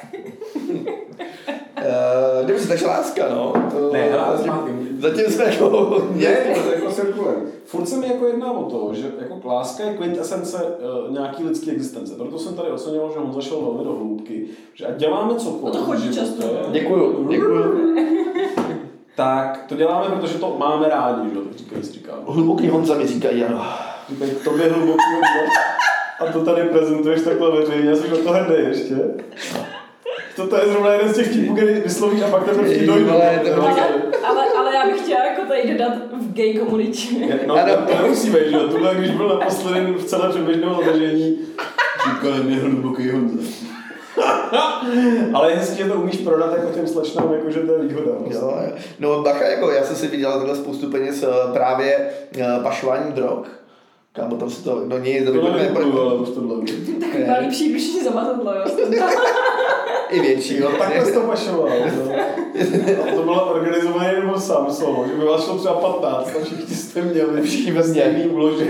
Uh, dobře, takže láska, no. To, Ne, hele, zatím, zpátky. zatím jsme jako hodně. Ne, to je jako cirkulem. Furt se mi jako jedná o to, že jako láska je kvintesence uh, nějaký lidské existence. Proto jsem tady ocenil, že on zašel velmi do hloubky, že ať děláme cokoliv. No to chodí v životě, často, no. Děkuju, děkuju. Tak to děláme, protože to máme rádi, že jo, tak říkají, říká. Hluboký Honza mi říkají, ano. Říkají, tobě hluboký Honza. A to tady prezentuješ takhle veřejně, jsi do toho hrdý ještě. Toto je zrovna jeden z těch tipů, kdy vyslovíš a pak to prostě dojde. ale, ale, ale já bych chtěla jako tady dodat v gay komunitě. No, to nemusíme, že jo? Tohle, když byl naposledy v celé předběžného zadržení, říkali mě hluboký Honza. Ale je hezký, že to umíš prodat jako těm slečnám, jakože to je výhoda. Jo, no bacha, jako já jsem si viděl takhle spoustu peněz právě pašováním drog. Kámo, tam se to, no nic, to by to nevypluju, ale už tohle. Takový malý příruční zamazadlo, jo. I větší. Jo, takhle jsi to pašoval. No. To bylo organizované nebo sám slovo, že by vás šlo třeba patnáct a všichni jste měli všichni ve stejný úloži.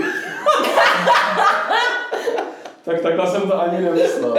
Tak takhle jsem to ani nemyslel.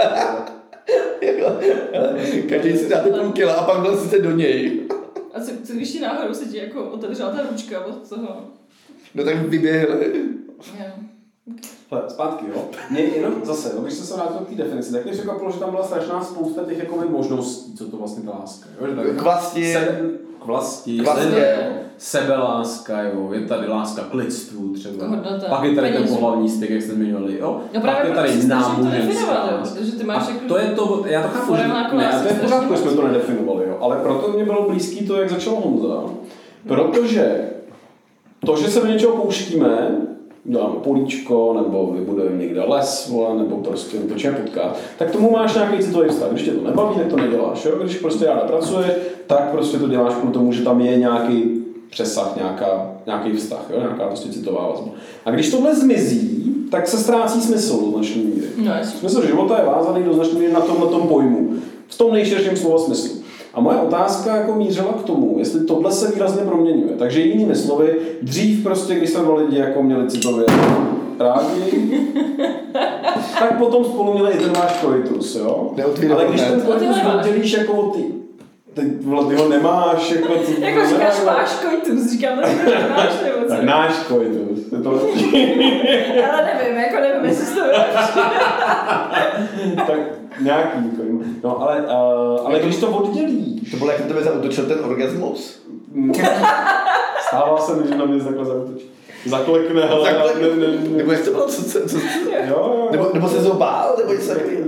Každý si dáte půl kila a pak vlezete do něj. A co, co když ti náhodou se ti jako otevřela ta ručka od toho? No tak vyběhli. Yeah. Hle, zpátky, jo. Mě jenom zase, no, když jsem se vrátil k té definici, tak mě překvapilo, že tam byla strašná spousta těch jakoby možností, co to vlastně ta láska. Jo? Že tady k vlasti. Se, k vlasti. K vlasti. Sebeláska, jo. Je tady láska k lidstvu třeba. Hodnota. Pak je tady Penězu. ten pohlavní styk, jak jste zmiňovali, jo. No pak je tady náboženská. Protože ty máš jako... To je to, já to chápu, že ne, to je v pořádku, jsme to nedefinovali, jo. Ale proto mě bylo blízký to, jak začal Honza. Protože to, že se do něčeho pouštíme, děláme políčko, nebo vybudujeme někde les, vole, nebo prostě točíme podcast, tak tomu máš nějaký citový vztah. Když tě to nebaví, tak to neděláš. Jo? Když prostě ráda pracuješ, tak prostě to děláš kvůli tomu, že tam je nějaký přesah, nějaká, nějaký vztah, jo? Nějaká prostě citová vazba. A když tohle zmizí, tak se ztrácí smysl do značné míry. No, smysl života je vázaný do značné míry na tomhletom pojmu. V tom nejširším slova smyslu. A moje otázka jako mířila k tomu, jestli tohle se výrazně proměňuje. Takže jinými slovy, dřív prostě, když jsme lidi jako měli citově rádi, tak potom spolu měli i ten váš koitus, jo? Ale když ten koitus oddělíš jako od ty, ty, ty ho nemáš, jako... Ty, jako říkáš váš koitus, říkám to, že máš nebo co? Tak náš koitus, je to lepší. Ale nevím, jako nevím, jestli jsi to vylepší. Tak nějaký, no ale, uh, ale když to oddělíš... To bylo, jak tebe zautočil ten orgasmus? Stává se mi, že na mě takhle zautočí. Zaklekne, hele, Zaklekne, ne, ne, ne. Nebo jak to bylo, co, co, co, Jo, jo, nebo, nebo se zobál, nebo něco takového.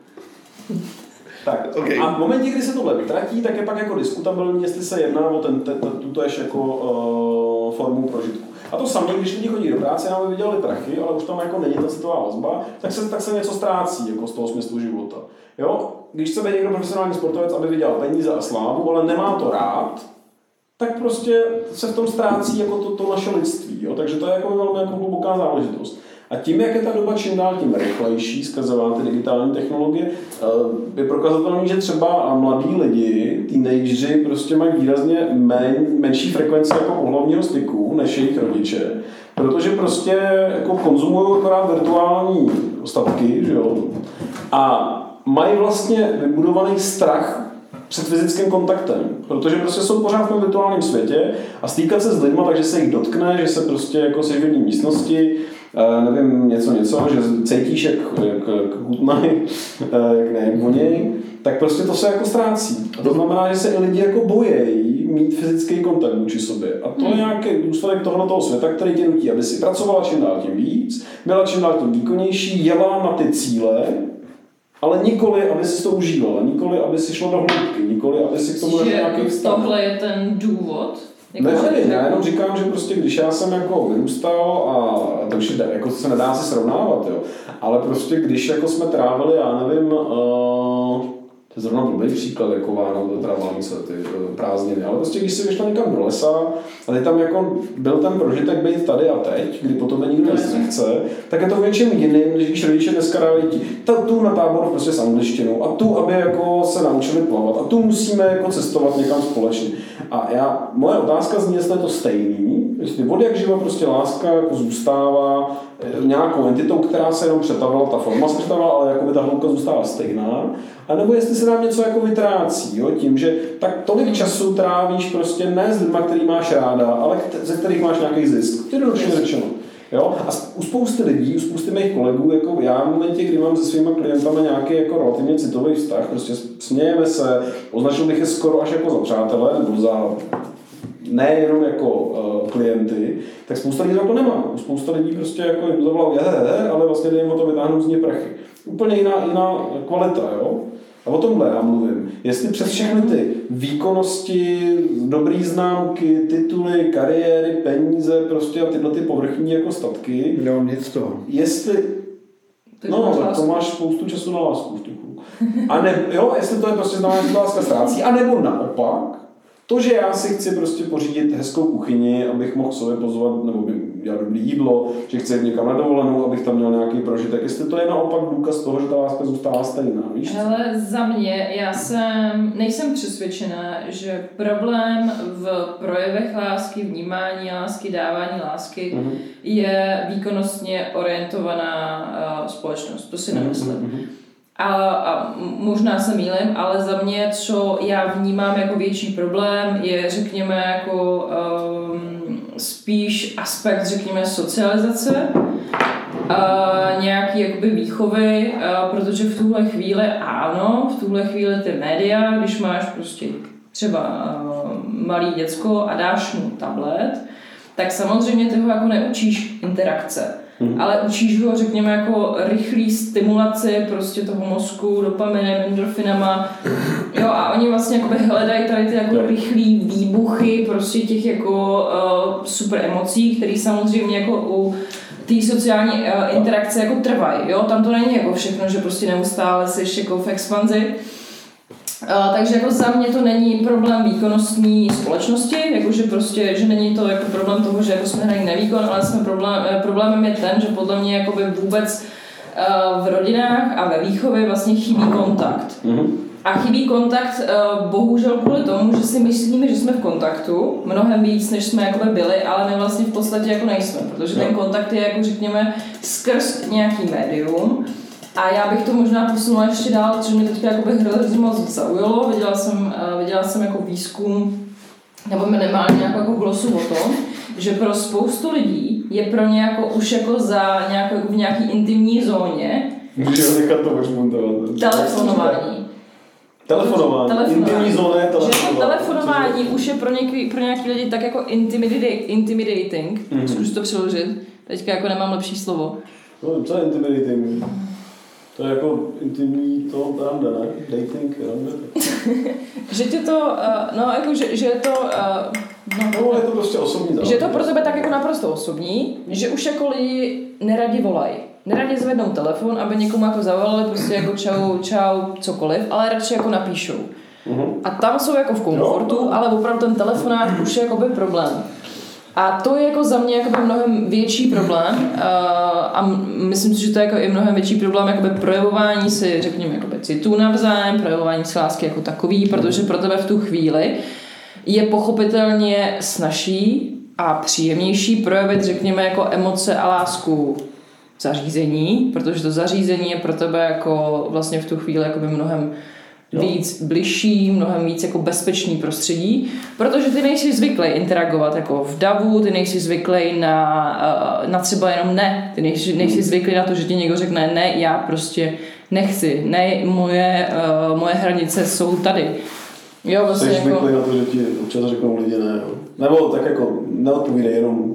Tak, okay. A v momentě, kdy se tohle vytratí, tak je pak jako diskutabilní, jestli se jedná o ten, ten, ten tutéž jako uh, formu prožitku. A to samé, když lidi chodí do práce, nám by vydělali prachy, ale už tam jako není ta citová vazba, tak se, tak se něco ztrácí jako z toho smyslu života. Jo? Když chce být někdo profesionální sportovec, aby vydělal peníze a slávu, ale nemá to rád, tak prostě se v tom ztrácí jako to, to naše lidství. Jo? Takže to je jako velmi jako hluboká záležitost. A tím, jak je ta doba čím dál tím rychlejší skrze ty digitální technologie, je prokazatelný, že třeba mladí lidi, teenageři, prostě mají výrazně men, menší frekvenci jako pohlavního styku než jejich rodiče, protože prostě jako konzumují akorát virtuální statky, že jo? A mají vlastně vybudovaný strach před fyzickým kontaktem, protože prostě jsou pořád v tom virtuálním světě a stýkat se s lidma, takže se jich dotkne, že se prostě jako seš v jedné místnosti, Uh, nevím, něco, něco, že cítíš, jak, jak, jak chutnají, uh, jak ne, jak voněj, tak prostě to se jako ztrácí. A to znamená, že se i lidi jako bojejí mít fyzický kontakt vůči sobě. A to je nějaký důsledek tohoto světa, který tě nutí, aby si pracovala čím dál tím víc, byla čím dál tím výkonnější, jela na ty cíle, ale nikoli, aby si to užívala, nikoli, aby si šla do hloubky, nikoli, aby si k tomu našel nějaký vztah. Tohle je ten důvod? Ne, ne, já jenom říkám, že prostě když já jsem jako vyrůstal a to už jako se nedá si srovnávat, jo, ale prostě když jako jsme trávili, já nevím, uh, to je zrovna blbý příklad, jako Vánoc, Vánoce, ty prázdniny, ale prostě když si vyšla někam do lesa a teď tam jako byl ten prožitek být tady a teď, kdy potom nikdo nic nechce, tak je to větším jiným, než když rodiče dneska dávají tu na tábor prostě s angličtinou a tu, aby jako se naučili plavat a tu musíme jako cestovat někam společně. A já, moje otázka zní, jestli je to stejný, jestli od jak živa prostě láska jako zůstává nějakou entitou, která se jenom přetavila, ta forma se přetavila, ale jako by ta hloubka zůstává stejná, anebo jestli se nám něco jako vytrácí, jo, tím, že tak tolik času trávíš prostě ne s lidma, který máš ráda, ale ze kterých máš nějaký zisk, jednoduše řečeno. Jo? A u spousty lidí, u spousty mých kolegů, jako já v momentě, kdy mám se svýma klientama nějaký jako relativně citový vztah, prostě smějeme se, označil bych je skoro až jako za přátelé, nebo za nejenom jako uh, klienty, tak spousta lidí to nemá. Spousta lidí prostě jako jim zavolal je, je, ale vlastně jde jim o to vytáhnout z ní prachy. Úplně jiná, jiná kvalita, jo? A o tomhle já mluvím. Jestli přes všechny ty výkonnosti, dobrý známky, tituly, kariéry, peníze prostě a tyhle ty povrchní jako statky. No, nic toho. Jestli... To no, tak to máš spoustu času na lásku. A ne, jo, jestli to je prostě znamená, že to láska ztrácí, anebo naopak, to, že já si chci prostě pořídit hezkou kuchyni, abych mohl sobě pozvat, nebo by dělat dobrý jídlo, že chci jít někam na dovolenou, abych tam měl nějaký prožitek. Jestli to je naopak důkaz toho, že ta láska zůstává stejná, víš? Ale za mě, já jsem, nejsem přesvědčená, že problém v projevech lásky, vnímání lásky, dávání lásky mm-hmm. je výkonnostně orientovaná uh, společnost. To si nemyslím. Mm-hmm. A, a možná se mýlím, ale za mě, co já vnímám jako větší problém, je, řekněme, jako um, spíš aspekt, řekněme, socializace, uh, nějaký jakoby výchovy, uh, protože v tuhle chvíli ano, v tuhle chvíli ty média, když máš prostě třeba uh, malý děcko a dáš mu tablet, tak samozřejmě ty ho jako neučíš interakce. Hmm. Ale učíš ho, řekněme, jako rychlý stimulaci prostě toho mozku, dopaminem, endorfinama. Jo, a oni vlastně jakoby hledají tady ty jako rychlý výbuchy prostě těch jako uh, super emocí, které samozřejmě jako u té sociální uh, interakce jako trvají. Jo, tam to není jako všechno, že prostě neustále jsi jako v expanzi. Uh, takže jako za mě to není problém výkonnostní společnosti, jakože prostě, že není to jako problém toho, že jako jsme hraní na výkon, ale jsme problém, problémem je ten, že podle mě jakoby vůbec uh, v rodinách a ve výchově vlastně chybí kontakt. Mm-hmm. A chybí kontakt uh, bohužel kvůli tomu, že si myslíme, že jsme v kontaktu mnohem víc, než jsme jakoby byli, ale my vlastně v podstatě jako nejsme, protože ten kontakt je jako řekněme skrz nějaký médium. A já bych to možná posunula ještě dál, což mě teďka hrozně moc zaujalo. Viděla jsem, viděla jsem jako výzkum, nebo minimálně nějakou jako glosu o tom, že pro spoustu lidí je pro ně jako už jako za nějakou, v nějaký intimní zóně můžu nechat to vyšmontovat. Telefonování. Telefonování. telefonování. Intimní zóna je telefonování. Telefonování už je pro nějaký, pro nějaký lidi tak jako intimidating, mm-hmm. zkus to přeložit. Teďka jako nemám lepší slovo. No, co je intimidating? To je jako intimní to rande, ne? Dating, rande. Že tě to, uh, no jako, že, že je to... Uh, no, no, je to prostě osobní záležitost. Že je to pro tebe tak jako naprosto osobní, že už jako lidi neradi volají. Neradi zvednou telefon, aby někomu jako zavolali prostě jako čau, čau, cokoliv, ale radši jako napíšou. Uh-huh. A tam jsou jako v komfortu, no, ale opravdu ten telefonát už je jako by problém. A to je jako za mě jako mnohem větší problém uh, a myslím si, že to je jako i mnohem větší problém jakoby projevování si, řekněme, jakoby citů navzájem, projevování si lásky jako takový, protože pro tebe v tu chvíli je pochopitelně snazší a příjemnější projevit, řekněme, jako emoce a lásku v zařízení, protože to zařízení je pro tebe jako vlastně v tu chvíli jakoby mnohem víc bližší, mnohem víc jako bezpečný prostředí, protože ty nejsi zvyklý interagovat jako v davu, ty nejsi zvyklý na, na třeba jenom ne, ty nejsi, nejsi zvyklý na to, že ti někdo řekne ne, já prostě nechci, ne, moje, uh, moje hranice jsou tady. Jo, vlastně jsi zvyklý jako... na to, že ti občas řeknou lidi ne, jo. Nebo tak jako neodpovídej, jenom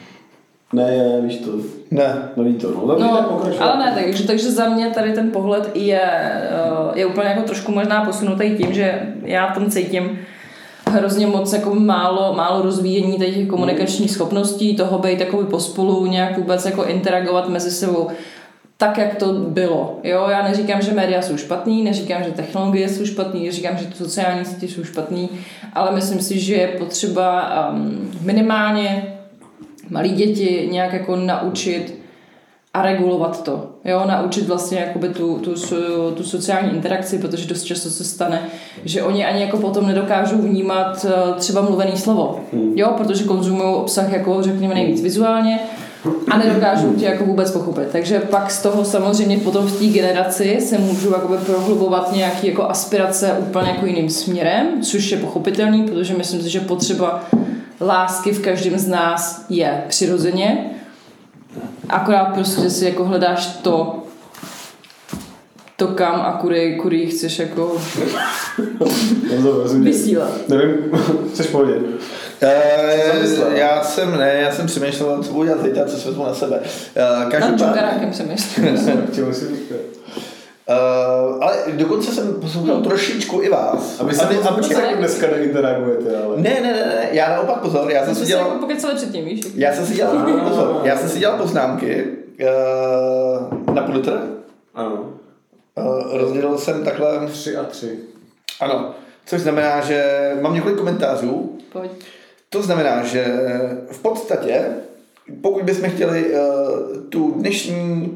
ne, je, víš to. Ne. Neví to, no. No, ale ne, takže, takže za mě tady ten pohled je, je úplně jako trošku možná posunutý tím, že já tam cítím hrozně moc jako málo, málo rozvíjení těch komunikačních schopností, toho být takový pospolu, nějak vůbec jako interagovat mezi sebou tak, jak to bylo. Jo, já neříkám, že média jsou špatný, neříkám, že technologie jsou špatný, neříkám, že sociální sítě jsou špatný, ale myslím si, že je potřeba um, minimálně malí děti nějak jako naučit a regulovat to. Jo, naučit vlastně jakoby tu, tu, tu sociální interakci, protože dost často se stane, že oni ani jako potom nedokážou vnímat třeba mluvený slovo. Jo, protože konzumují obsah jako řekněme nejvíc vizuálně a nedokážou tě jako vůbec pochopit. Takže pak z toho samozřejmě potom v té generaci se můžou jakoby prohlubovat nějaké jako aspirace úplně jako jiným směrem, což je pochopitelný, protože myslím si, že potřeba lásky v každém z nás je přirozeně. Akorát prostě si jako hledáš to, to kam a kudy, kudy chceš jako vysílat. Nevím, chceš povědět? Uh, já jsem, ne, já jsem přemýšlel, co budu dělat teď, co se vezmu na sebe. Uh, Nad Džungarákem přemýšlel. Uh, ale dokonce jsem poslouchal trošičku i vás. A vy se vůbec jako dneska neinteragujete, ale... Ne, ne, ne, ne, já naopak pozor, já jsem si dělal... Jako pokecali předtím, víš? Já jsem si dělal, pozor, já jsem si dělal poznámky uh, na půl litr. Ano. Uh, rozdělil jsem takhle... Tři a tři. Ano, což znamená, že mám několik komentářů. Pojď. To znamená, že v podstatě, pokud bychom chtěli uh, tu dnešní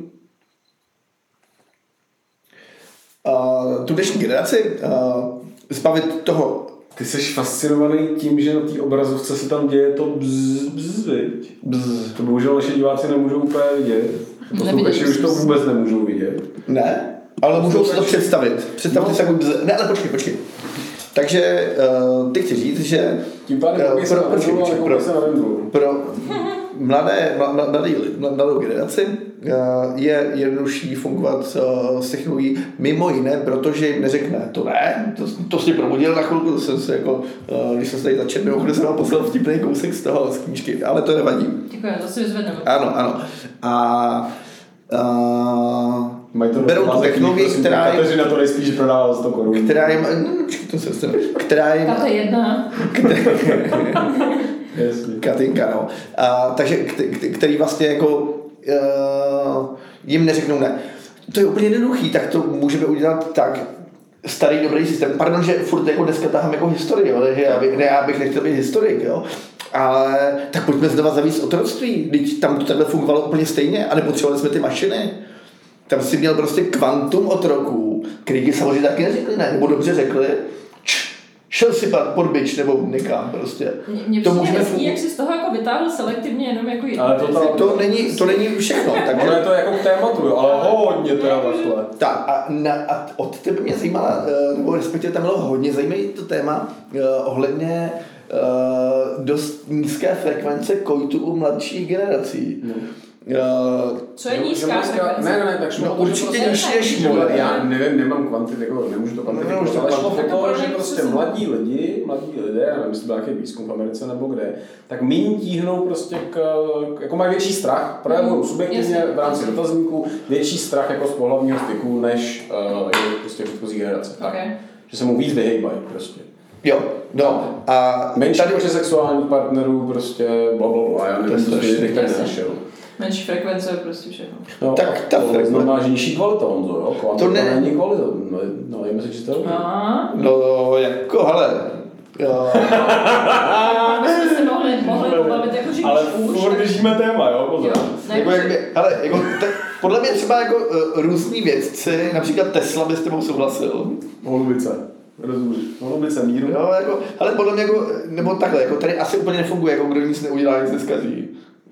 uh, tu dnešní generaci uh, zbavit toho. Ty jsi fascinovaný tím, že na té obrazovce se tam děje to bzz, bzz, viď? Bzz. To bohužel naše diváci nemůžou úplně vidět. Posluchači už to vůbec nemůžou vidět. Ne, ale můžou si to představit. Představit no. si jako bzz. Ne, ale počkej, počkej. Takže uh, ty chci říct, že tím pádem uh, pro, počkej, počkej, pro, pro mladé, mladé, mladou generaci uh, je jednodušší fungovat uh, s technologií mimo jiné, protože jim neřekne, to ne, to, to jsi probudil na chvilku, to jsem si jako, uh, když jsem se tady začet, mimochodem jsem vám poslal vtipný kousek z toho, z knížky, ale to nevadí. Děkuji, to si vyzvedneme. Ano, ano. A uh, to berou tu technologii, která jim... Kateřina to nejspíš prodává za sto korun. Která jim... To se stane. Která jim... Kata jedna. Katinka, no. A, takže který vlastně jako uh, jim neřeknou ne. To je úplně jednoduchý, tak to můžeme udělat tak, starý dobrý systém. Pardon, že furt jako dneska tahám jako historii, jo, že já bych, ne, já bych nechtěl být historik, jo. Ale tak pojďme znova zavíst otroctví, když tam to takhle fungovalo úplně stejně a nepotřebovali jsme ty mašiny. Tam si měl prostě kvantum otroků, který samozřejmě taky neřekli ne, nebo dobře řekli, č, šel si pan pod bič nebo někam prostě. Mně to můžeme hezký, jak jsi z toho jako vytáhl selektivně jenom jako jedno. Ale to, to, to, není, to není všechno. Takže... Ono je to jako k tématu, jo, ale hodně teda takhle. Tak a, na, a od tebe mě zajímala, nebo respektive tam bylo hodně zajímavé to téma uh, ohledně uh, dost nízké frekvence koitu u mladších generací. No. Uh, Co je nízká frekvence? Ne, ne, ne, tak šlo no, o to, určitě prostě, než já nevím, nemám kvantit, jako nemůžu to kvantifikovat, ale šlo o to, že prostě mladí lidi, mladí lidé, já nevím, jestli byl nějaký výzkum v Americe nebo kde, tak méně tíhnou prostě k, jako mají větší strach, projevují subjektivně v rámci dotazníků, větší strach jako z pohlavního styku, než uh, prostě předchozí generace. Okay. Že se mu víc vyhejbají prostě. Jo, no a... Menší počet sexuálních partnerů, prostě blablabla, já nevím, co bych tady nenašel. Menší frekvence je prostě všechno. No, tak ta to frekvence... znamená, že nižší kvalita, Honzo, jo? Kvantita to ne... není kvalita, no, no je mezi čistou. No, jako, hele... Jo. My jsme se mohli, mohli pobavit jako že ale furt držíme téma, jo, pozor. Jo, ne, jako, jak by, hele, jako, tak, podle mě třeba jako uh, různý vědci, například Tesla by s tebou souhlasil. Holubice. Rozumíš. Holubice míru. Jo, jako, ale podle mě jako, nebo takhle, jako tady asi úplně nefunguje, jako kdo nic neudělá, nic neskazí.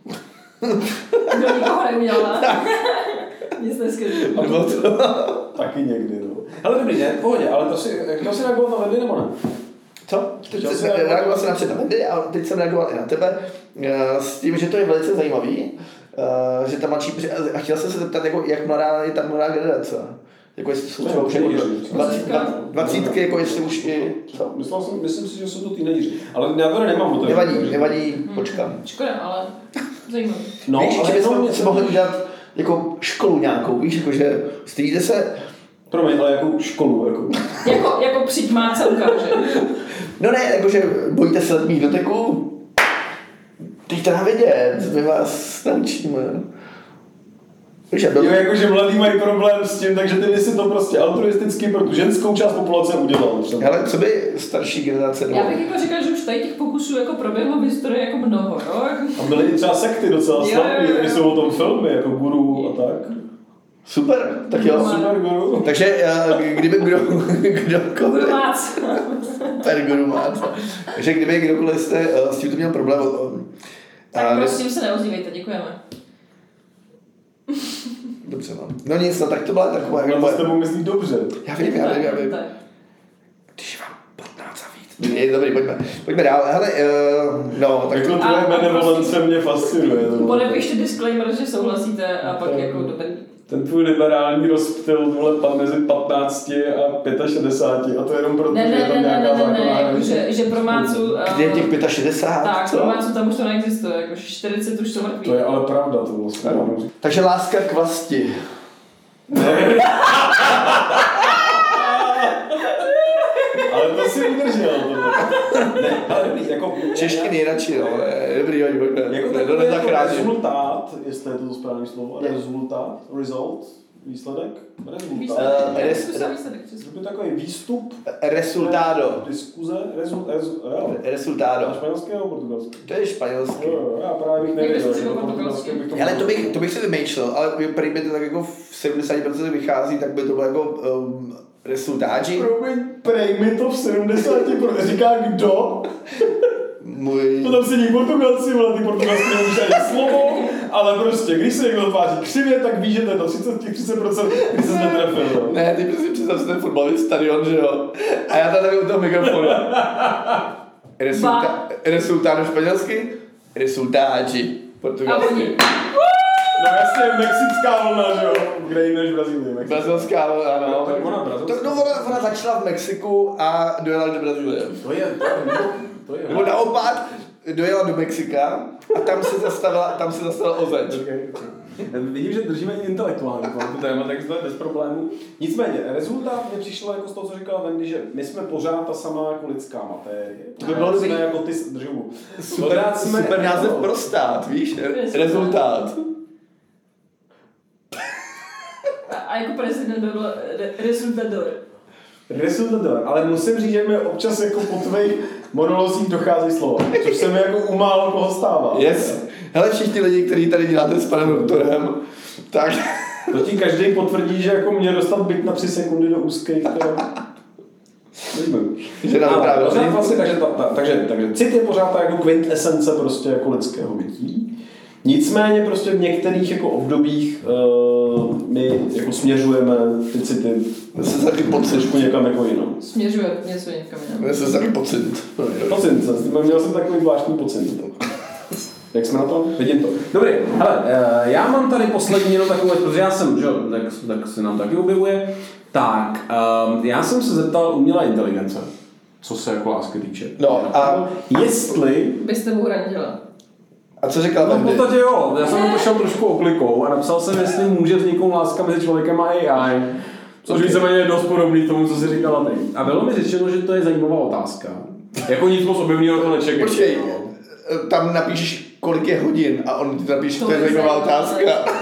Kdo nikoho neudělá. Nic neskazí. Taky někdy, no. Ale dobrý, ne, v pohodě, ale to si, chtěl jsi reagovat na Wendy nebo ne? Co? Teď jsem reagoval se napřed na Wendy a teď jsem reagoval i na tebe s tím, že to je velice zajímavý, že ta mladší, a chtěl jsem se zeptat, jako, jak mladá je ta mladá generace. Jako jestli jsou třeba už jako dvacítky, jako jestli už i... Myslel jsem, myslím si, že jsou to teenageři, ale já to nemám. To nevadí, nevadí, počkám. Škoda, ale zajímavý. No, víš, ale že bychom si mohli udělat jako školu nějakou, víš, jakože stýde se... Promiň, ale jakou školu, jako... jako, jako přijď má celka, že? No ne, jakože bojíte se letních doteků? Teď to vědět, my vás naučíme. Jo, jakože mladí mají problém s tím, takže ty jsi to prostě altruisticky pro tu ženskou část populace udělal. Hele, co by starší generace... Já bych jako říkal, že už tady těch pokusů jako proběhlo v historii jako mnoho, jo? A byly i třeba sekty docela slavné, kde jsou o tom filmy, jako Guru a tak. Super, tak jo. Super Guru. Takže kdyby kdo... kdokoliv... Guru Mác. Super Guru Mác. Takže kdyby kdokoliv jste s tímto měl problém... Tak prosím se neozývejte, děkujeme. Dobře, no. No nic, no tak to byla taková... No to s tebou myslí dobře. Já vím, já vím, já vím. Když vám patnáct a víc. Je, dobrý, pojďme. Pojďme dál. Hele, uh, no, tak... Jako tvoje benevolence mě fascinuje. Podepište disclaimer, že souhlasíte a pak ten, jako dobrý. Ten tvůj liberální rozptyl vole mezi patnácti a šedesáti pěti a to jenom proto, ne, že je tam ne, nějaká ne, ne, zákonná ne, že, že pro Mácu... Kde je těch šedesát pět? Tak, pro Mácu tam už to neexistuje, jako čtyřicet už jsou mrtví. To je ale pravda, to vlastně. Takže láska k vlasti. Ale to si udržel. Ne, ale dobrý, jako... Češky nejradši, no. Dobrý, jo, jako takový jako rezultát, jestli je to to správné slovo, rezultát, result, výsledek, rezultát. Uh, res, Zbyt takový výstup. Resultado. Diskuze, rezul, rezu, jo. Resultado. A španělské nebo portugalské? To je španělský. Jo, já právě bych nevěděl, že to portugalské bych to... Ale to bych, to bych si vymýšlel, ale prý by to tak jako v sedmdesát procent vychází, tak by to bylo jako um, resultáči. Promiň, prej mi to v sedmdesáti procentech, říká kdo? Můj... To tam sedí Portugalci, vole, ty portugalské nevíš ani slovo, ale prostě, když se někdo tváří křivě, tak víš, že to je to třicet, třicet procent, když se netrefil. Ne, ty prostě představ si ten fotbalový stadion, že jo? A já tady u toho mikrofonu. Resulta, resultádo španělsky? Resultáči. Portugalsky. No jasně, mexická vlna, že jo? Kde jiný než Brazílie? Brazilská vlna, ano. Tak ona brazilská. No, ona, ona začala v Mexiku a dojela do Brazílie. To je, to je, to je. Nebo naopak, dojela do Mexika a tam se zastavila, tam se zastavila o zeď. Okay, okay. Vidím, že držíme intelektuálně to téma, tak to je bez problémů. Nicméně, rezultát mě přišlo jako z toho, co říkal Wendy, že my jsme pořád ta samá jako lidská matérie. To by bylo dobrý. Jsme jako ty držu. Super, jsme, super název pro stát, víš? Rezultát. A jako prezident by byl resultador. Resultador, ale musím říct, že mi občas jako po tvých monolozích dochází slova, což se mi jako u málo koho stává. Yes. Hele, všichni lidi, kteří tady děláte s panem doktorem, tak... To ti každý potvrdí, že jako mě dostat byt na tři sekundy do úzkých, to... Že nám právě vlastně, takže, ta, ta, takže, takže cit je pořád ta jako kvintesence prostě jako lidského bytí. Nicméně prostě v některých jako obdobích uh, my jako směřujeme ty city se taky pocit někam jako jinam. Směřuje něco někam jinam. Já se taky pocit. Pocit, měl jsem takový zvláštní pocit. Jak jsme na to? Vidím to. Dobrý, hele, já mám tady poslední jenom takové, protože já jsem, že tak, tak se nám taky objevuje. Tak, um, já jsem se zeptal umělé inteligence, co se jako lásky týče. No a jestli... Byste mu randila. A co říkal Wendy? No v podstatě jo, já jsem na to šel trošku oklikou a napsal jsem, jestli může vzniknout láska mezi člověkem a A I. Což víceméně je dost podobný tomu, co jsi říkala ty. A bylo mi řečeno, že to je zajímavá otázka. Jako nic moc objevného to nečekám. Počkej, tam napíšeš, kolik je hodin a on ti napíše, to je zajímavá otázka.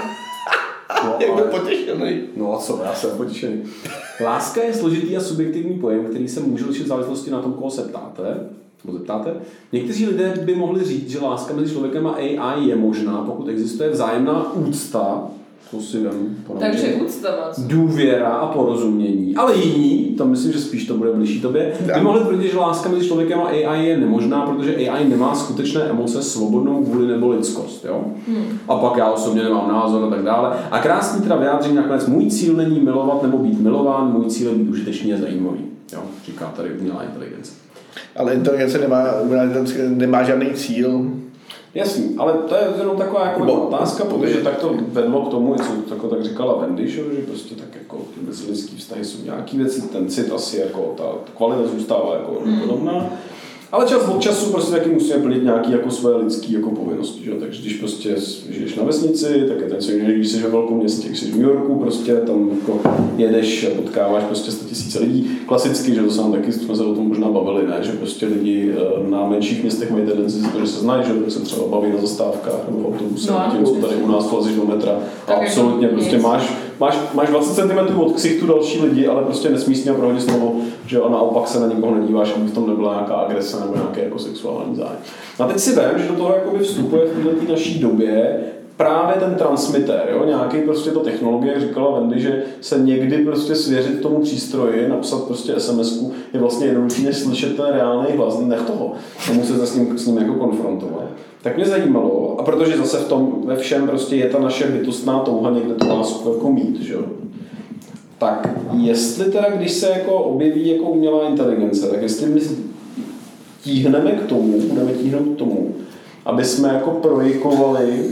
No, jak byl potěšený. No a co, já jsem potěšený. Láska je složitý a subjektivní pojem, který se může lišit v závislosti na tom, koho se ptáte. Zeptáte. Někteří lidé by mohli říct, že láska mezi člověkem a A I je možná, pokud existuje vzájemná úcta, to si vem poradit. Takže úcta vás. Důvěra a porozumění. Ale jiní, to myslím, že spíš to bude blížší tobě, by mohli tvrdit, že láska mezi člověkem a A I je nemožná, protože A I nemá skutečné emoce, svobodnou vůli nebo lidskost. Jo? Hmm. A pak já osobně nemám názor a tak dále. A krásný teda vyjádření nakonec, můj cíl není milovat nebo být milován, můj cíl je být užitečný a zajímavý. Jo? Říká tady umělá inteligence. Ale inteligence nemá, nemá žádný cíl. Jasný, ale to je jenom taková jako Bo, otázka, protože tak to vedlo k tomu, co jako tak říkala Wendy, že prostě tak jako ty mezilidský vztahy jsou nějaký věci, ten cit asi jako ta kvalita zůstává jako mm. podobná. Ale čas od času prostě taky musíme plnit nějaké jako svoje lidské jako povinnosti, že? Takže když prostě žiješ na vesnici, tak je ten co jiný, když jsi ve velkém městě, když jsi v New Yorku, prostě tam jako jedeš a potkáváš prostě sto tisíc lidí. Klasicky, že to sám taky jsme se o tom možná bavili, ne? Že prostě lidi na menších městech mají tendenci, že se znají, že se třeba baví na zastávkách nebo v autobuse, no, tím, co tady u nás vlezíš do metra. A absolutně prostě máš, máš, máš dvacet centimetrů od ksichtu další lidi, ale prostě nesmíš s ním prohodit slovo, že a naopak se na nikoho nedíváš, aby v tom nebyla nějaká agrese nebo nějaký jako sexuální zájem. A teď si vem, že do toho jakoby vstupuje v této naší době právě ten transmitter, jo? Nějaký prostě to technologie, jak říkala Wendy, že se někdy prostě svěřit tomu přístroji, napsat prostě SMSku je vlastně jednodušší než slyšet ten reálný hlas, nech toho, a muset se s ním, s ním jako konfrontovat. Tak mě zajímalo, a protože zase v tom ve všem prostě je ta naše bytostná touha někde tu lásku jako mít, že jo? Tak jestli teda, když se jako objeví jako umělá inteligence, tak jestli my tíhneme k tomu, budeme tíhnout k tomu, aby jsme jako projikovali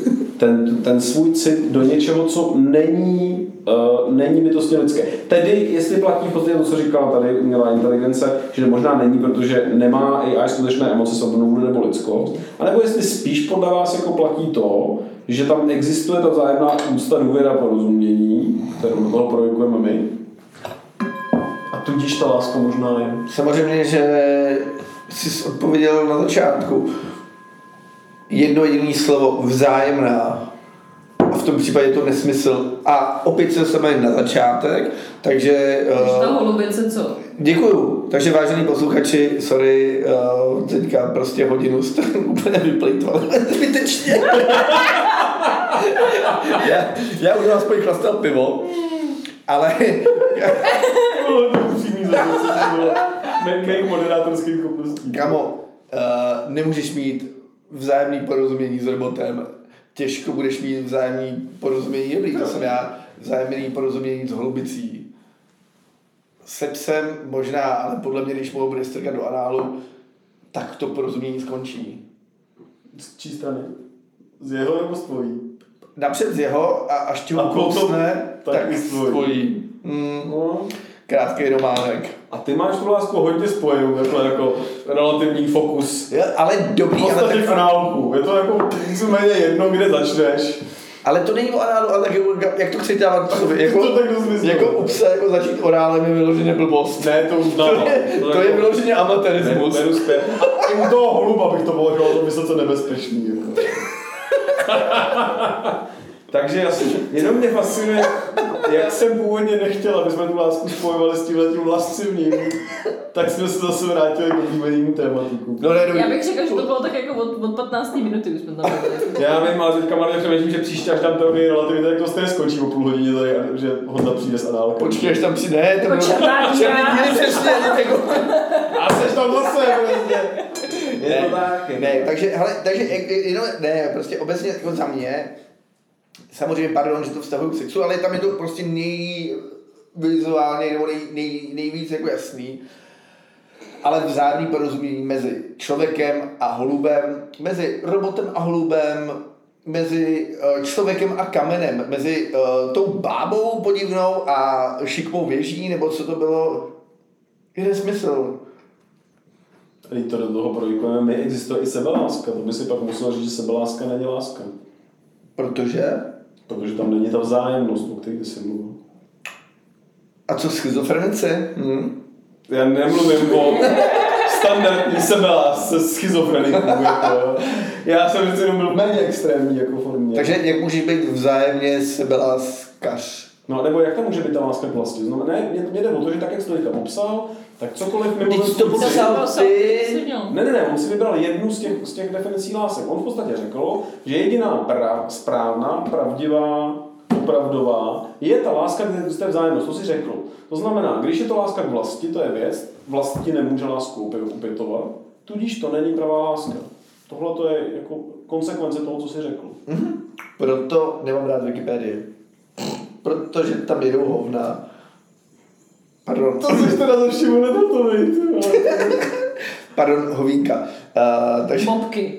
ten, ten svůj cit do něčeho, co není, uh, není bytostně lidské. Tedy, jestli platí v podstatě to, co říkala tady umělá inteligence, že možná není, protože nemá A I skutečné emoce, svobodnou nebo lidskost, anebo jestli spíš podle vás jako platí to, že tam existuje ta vzájemná úcta, důvěra, porozumění, kterou do toho projevujeme my, a tudíž ta láska možná je. Samozřejmě, že jsi odpověděl na začátku. Jedno jediné slovo, vzájemná. A v tom případě je to nesmysl. A opět se jsme na začátek, takže... Takže ta uh, holubice co? Děkuju. Takže vážení posluchači, sorry, uh, teďka prostě hodinu jste úplně vyplejtvali. Zbytečně. já, já už aspoň chlastal pivo, ale... No, to upřímný závěr. Mých moderátorských schopností. Kamo, uh, nemůžeš mít vzájemný porozumění s robotem. Těžko budeš mít vzájemný porozumění, dobrý, to jsem já, vzájemný porozumění s holubicí. Se psem možná, ale podle mě, když mu ho bude strkat do análu, tak to porozumění skončí. Z čí strany? Z jeho nebo z tvojí? Napřed z jeho a až ti ho kousne, tak, tak s tvojí. Mm, no. Krátký románek. A ty máš tu lásku hodně spojenou, takhle jako relativní fokus. Jo, ale dobrý. V podstatě v análku. Je to jako víceméně jedno, kde začneš. Ale to není o análu, ale tak, jak to chceš dávat k sobě. Jako, to tak jako u psa, jako začít orálem je vyloženě blbost. Ne, to už dává. To je, to to je vyloženě amatérismus. Beru zpět. I u toho holuba bych to považoval za vysoce nebezpečný. Jako. Takže jasně, jenom mě fascinuje, jak jsem původně nechtěl, aby jsme tu lásku spojovali s tímhletím lascivním, tak jsme se zase vrátili k oblíbenému tématiku. No, ne, no, já bych řekl, že to bylo tak jako od, od patnácté minuty, už jsme tam byli. Já vím, ale teďka marně přemýšlím, že příště, až tam teorii relativity, tak to stejně skočí o půl hodině tady, že Honza přijde s análkem. Počkej, až tam přijde, ne, to bylo černá A seš tam zase, prostě. Je ne, to tak. Ne, takže, hele, takže jenom, ne, prostě obecně jako za mě, samozřejmě, pardon, že to vztahuju k sexu, ale tam je to prostě nejvizuálně nebo nej, nej, nejvíc jako jasný. Ale vzájemný porozumění mezi člověkem a holubem, mezi robotem a holubem, mezi uh, člověkem a kamenem, mezi uh, tou bábou podivnou a šikmou věží, nebo co to bylo, je nesmysl. Teď to do toho projikujeme, my existuje i sebeláska, to by si pak musel říct, že sebeláska není láska. Protože? Protože tam není ta vzájemnost, o které jsi mluvil. A co schizofrenici? Hm? Já nemluvím o standardní sebelásce schizofreniků. Jako. Já jsem vždycky jenom byl méně extrémní jako formě. Takže jak může být vzájemně sebeláskař? No nebo jak tam může být ta láska k vlasti? Znamená, ne, mě, mě jde o to, že tak, jak jsi to teďka popsal, tak cokoliv mimo... Teď to popsal ty... Ne, ne, ne, on si vybral jednu z těch, z těch definicí lásek. On v podstatě řekl, že jediná prav, správná, pravdivá, opravdová je ta láska, kde existuje vzájemnost. To si řekl. To znamená, když je to láska k vlasti, to je věc, vlasti nemůže lásku opětovat, tudíž to není pravá láska. Tohle to je jako konsekvence toho, co jsi řekl. Mm-hmm. Proto nemám rád Wikipedii. Protože tam jedou hovna. Pardon. To jsi teda ze všemu nedatovej, ty. Pardon, hovínka. Uh, takže... Bobky.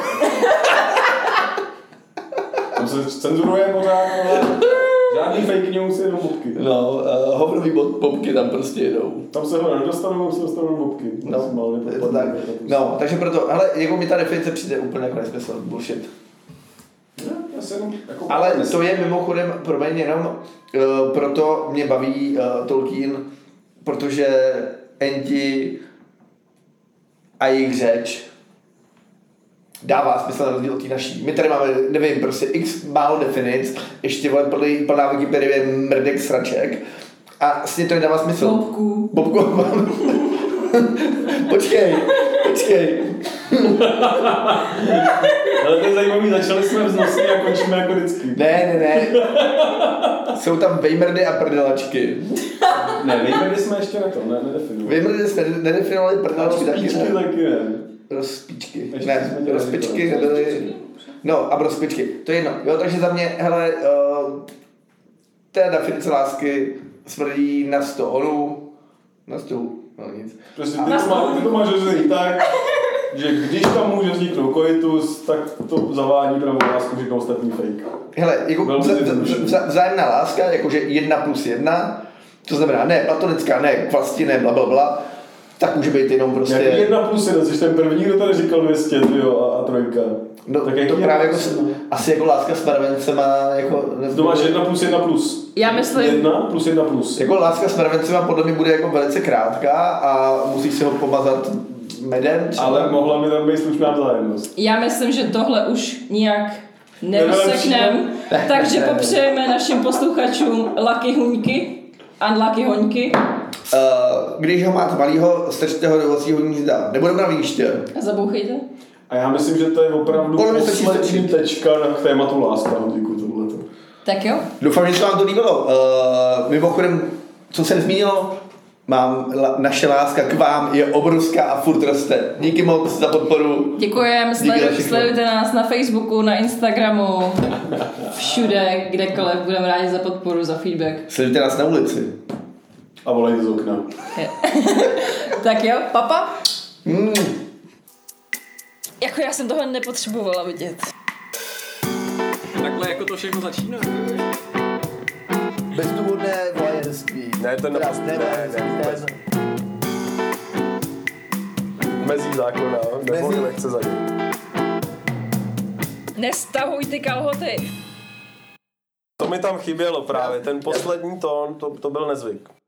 Tam se cenzuruje pořád, ale žádný fake news, jenom bobky. No, uh, hovnový bobky tam prostě jedou. Tam se ho nedostanou, tam se dostanou bobky. No, je to tak. No, takže proto, hele, jako mi ta definice přijde úplně jako nesmysl, bullshit. Jenom, jako ale to je mimochodem pro mě jenom, uh, proto mě baví uh, Tolkien, protože enti a jejich řeč dává smysl na rozdíl od té naší. My tady máme, nevím, prostě x málo definic, ještě vole plný, plná Wikipedie mrdek sraček a vlastně to nedává smysl. Bobku. Bobku. počkej, počkej. Ale to je zajímavý, začali jsme vznosně a končíme jako vždycky. Ne, ne, ne. Jsou tam vejmrdy a prdelačky. Ne, vejmrdy jsme ještě na to, ne, nedefinovali. Vejmrdy jsme nedefinovali, prdelačky taky ne. taky ne. Rozpíčky. Ne, rozpičky nebyly. No, a rozpičky. To je jedno. Jo, takže za mě, hele, uh, ta definice lásky smrdí na sto honů. Na sto, no nic. Prostě ty to, má, ty to máš rozhodný tak. že když tam může vzniknout koitus, tak to zavání pravou lásku, že ostatní fake. Hele, jako Velmi vza, zjednodušeně. vza, vzájemná láska, jakože jedna plus jedna, to znamená ne platonická, ne kvasti, ne bla, bla, bla, tak může být jenom prostě... Jak jedna plus jedna, jsi ten první, kdo tady říkal dvě stě, jo, a, a trojka. No, tak to právě jako, asi jako láska s mravencema, jako... To máš jedna plus jedna plus. Já myslím... Jedna plus jedna plus. Jako láska s mravencema podle mě bude jako velice krátká a musíš si ho pomazat medem. Třeba. Ale mohla mi tam být slušná vzájemnost. Já myslím, že tohle už nijak nerozseknem, takže popřejeme našim posluchačům Lucky Huňky a Lucky Hoňky. Uh, když ho máte malýho, strčte ho do vlastního hnízda. Nebudeme na výště. A zabouchejte. A já myslím, že to je opravdu Podle mě stačí poslední stačit. tečka k tématu láska, díku tohleto. Tak jo. Doufám, že se vám to líbilo. Uh, mimochodem, co jsem zmínil, mám, la, naše láska k vám je obrovská a furt roste. Díky moc za podporu. Děkujeme, Díky za sleduj, všechno. sledujte nás na Facebooku, na Instagramu, všude, kdekoliv, budeme rádi za podporu, za feedback. Sledujte nás na ulici. A volejte z okna. Tak jo, papa? Mm. Jako já jsem tohle nepotřebovala vidět. Takhle jako to všechno začíná. Bezdůvodné voajerství. Ne, ten Teda, ne, ne, ne, ten- mezí zákona, nebo Mezí. nechce za ním. Nestahuj ty kalhoty. To mi tam chybělo právě, ten poslední tón, to, to byl nezvyk.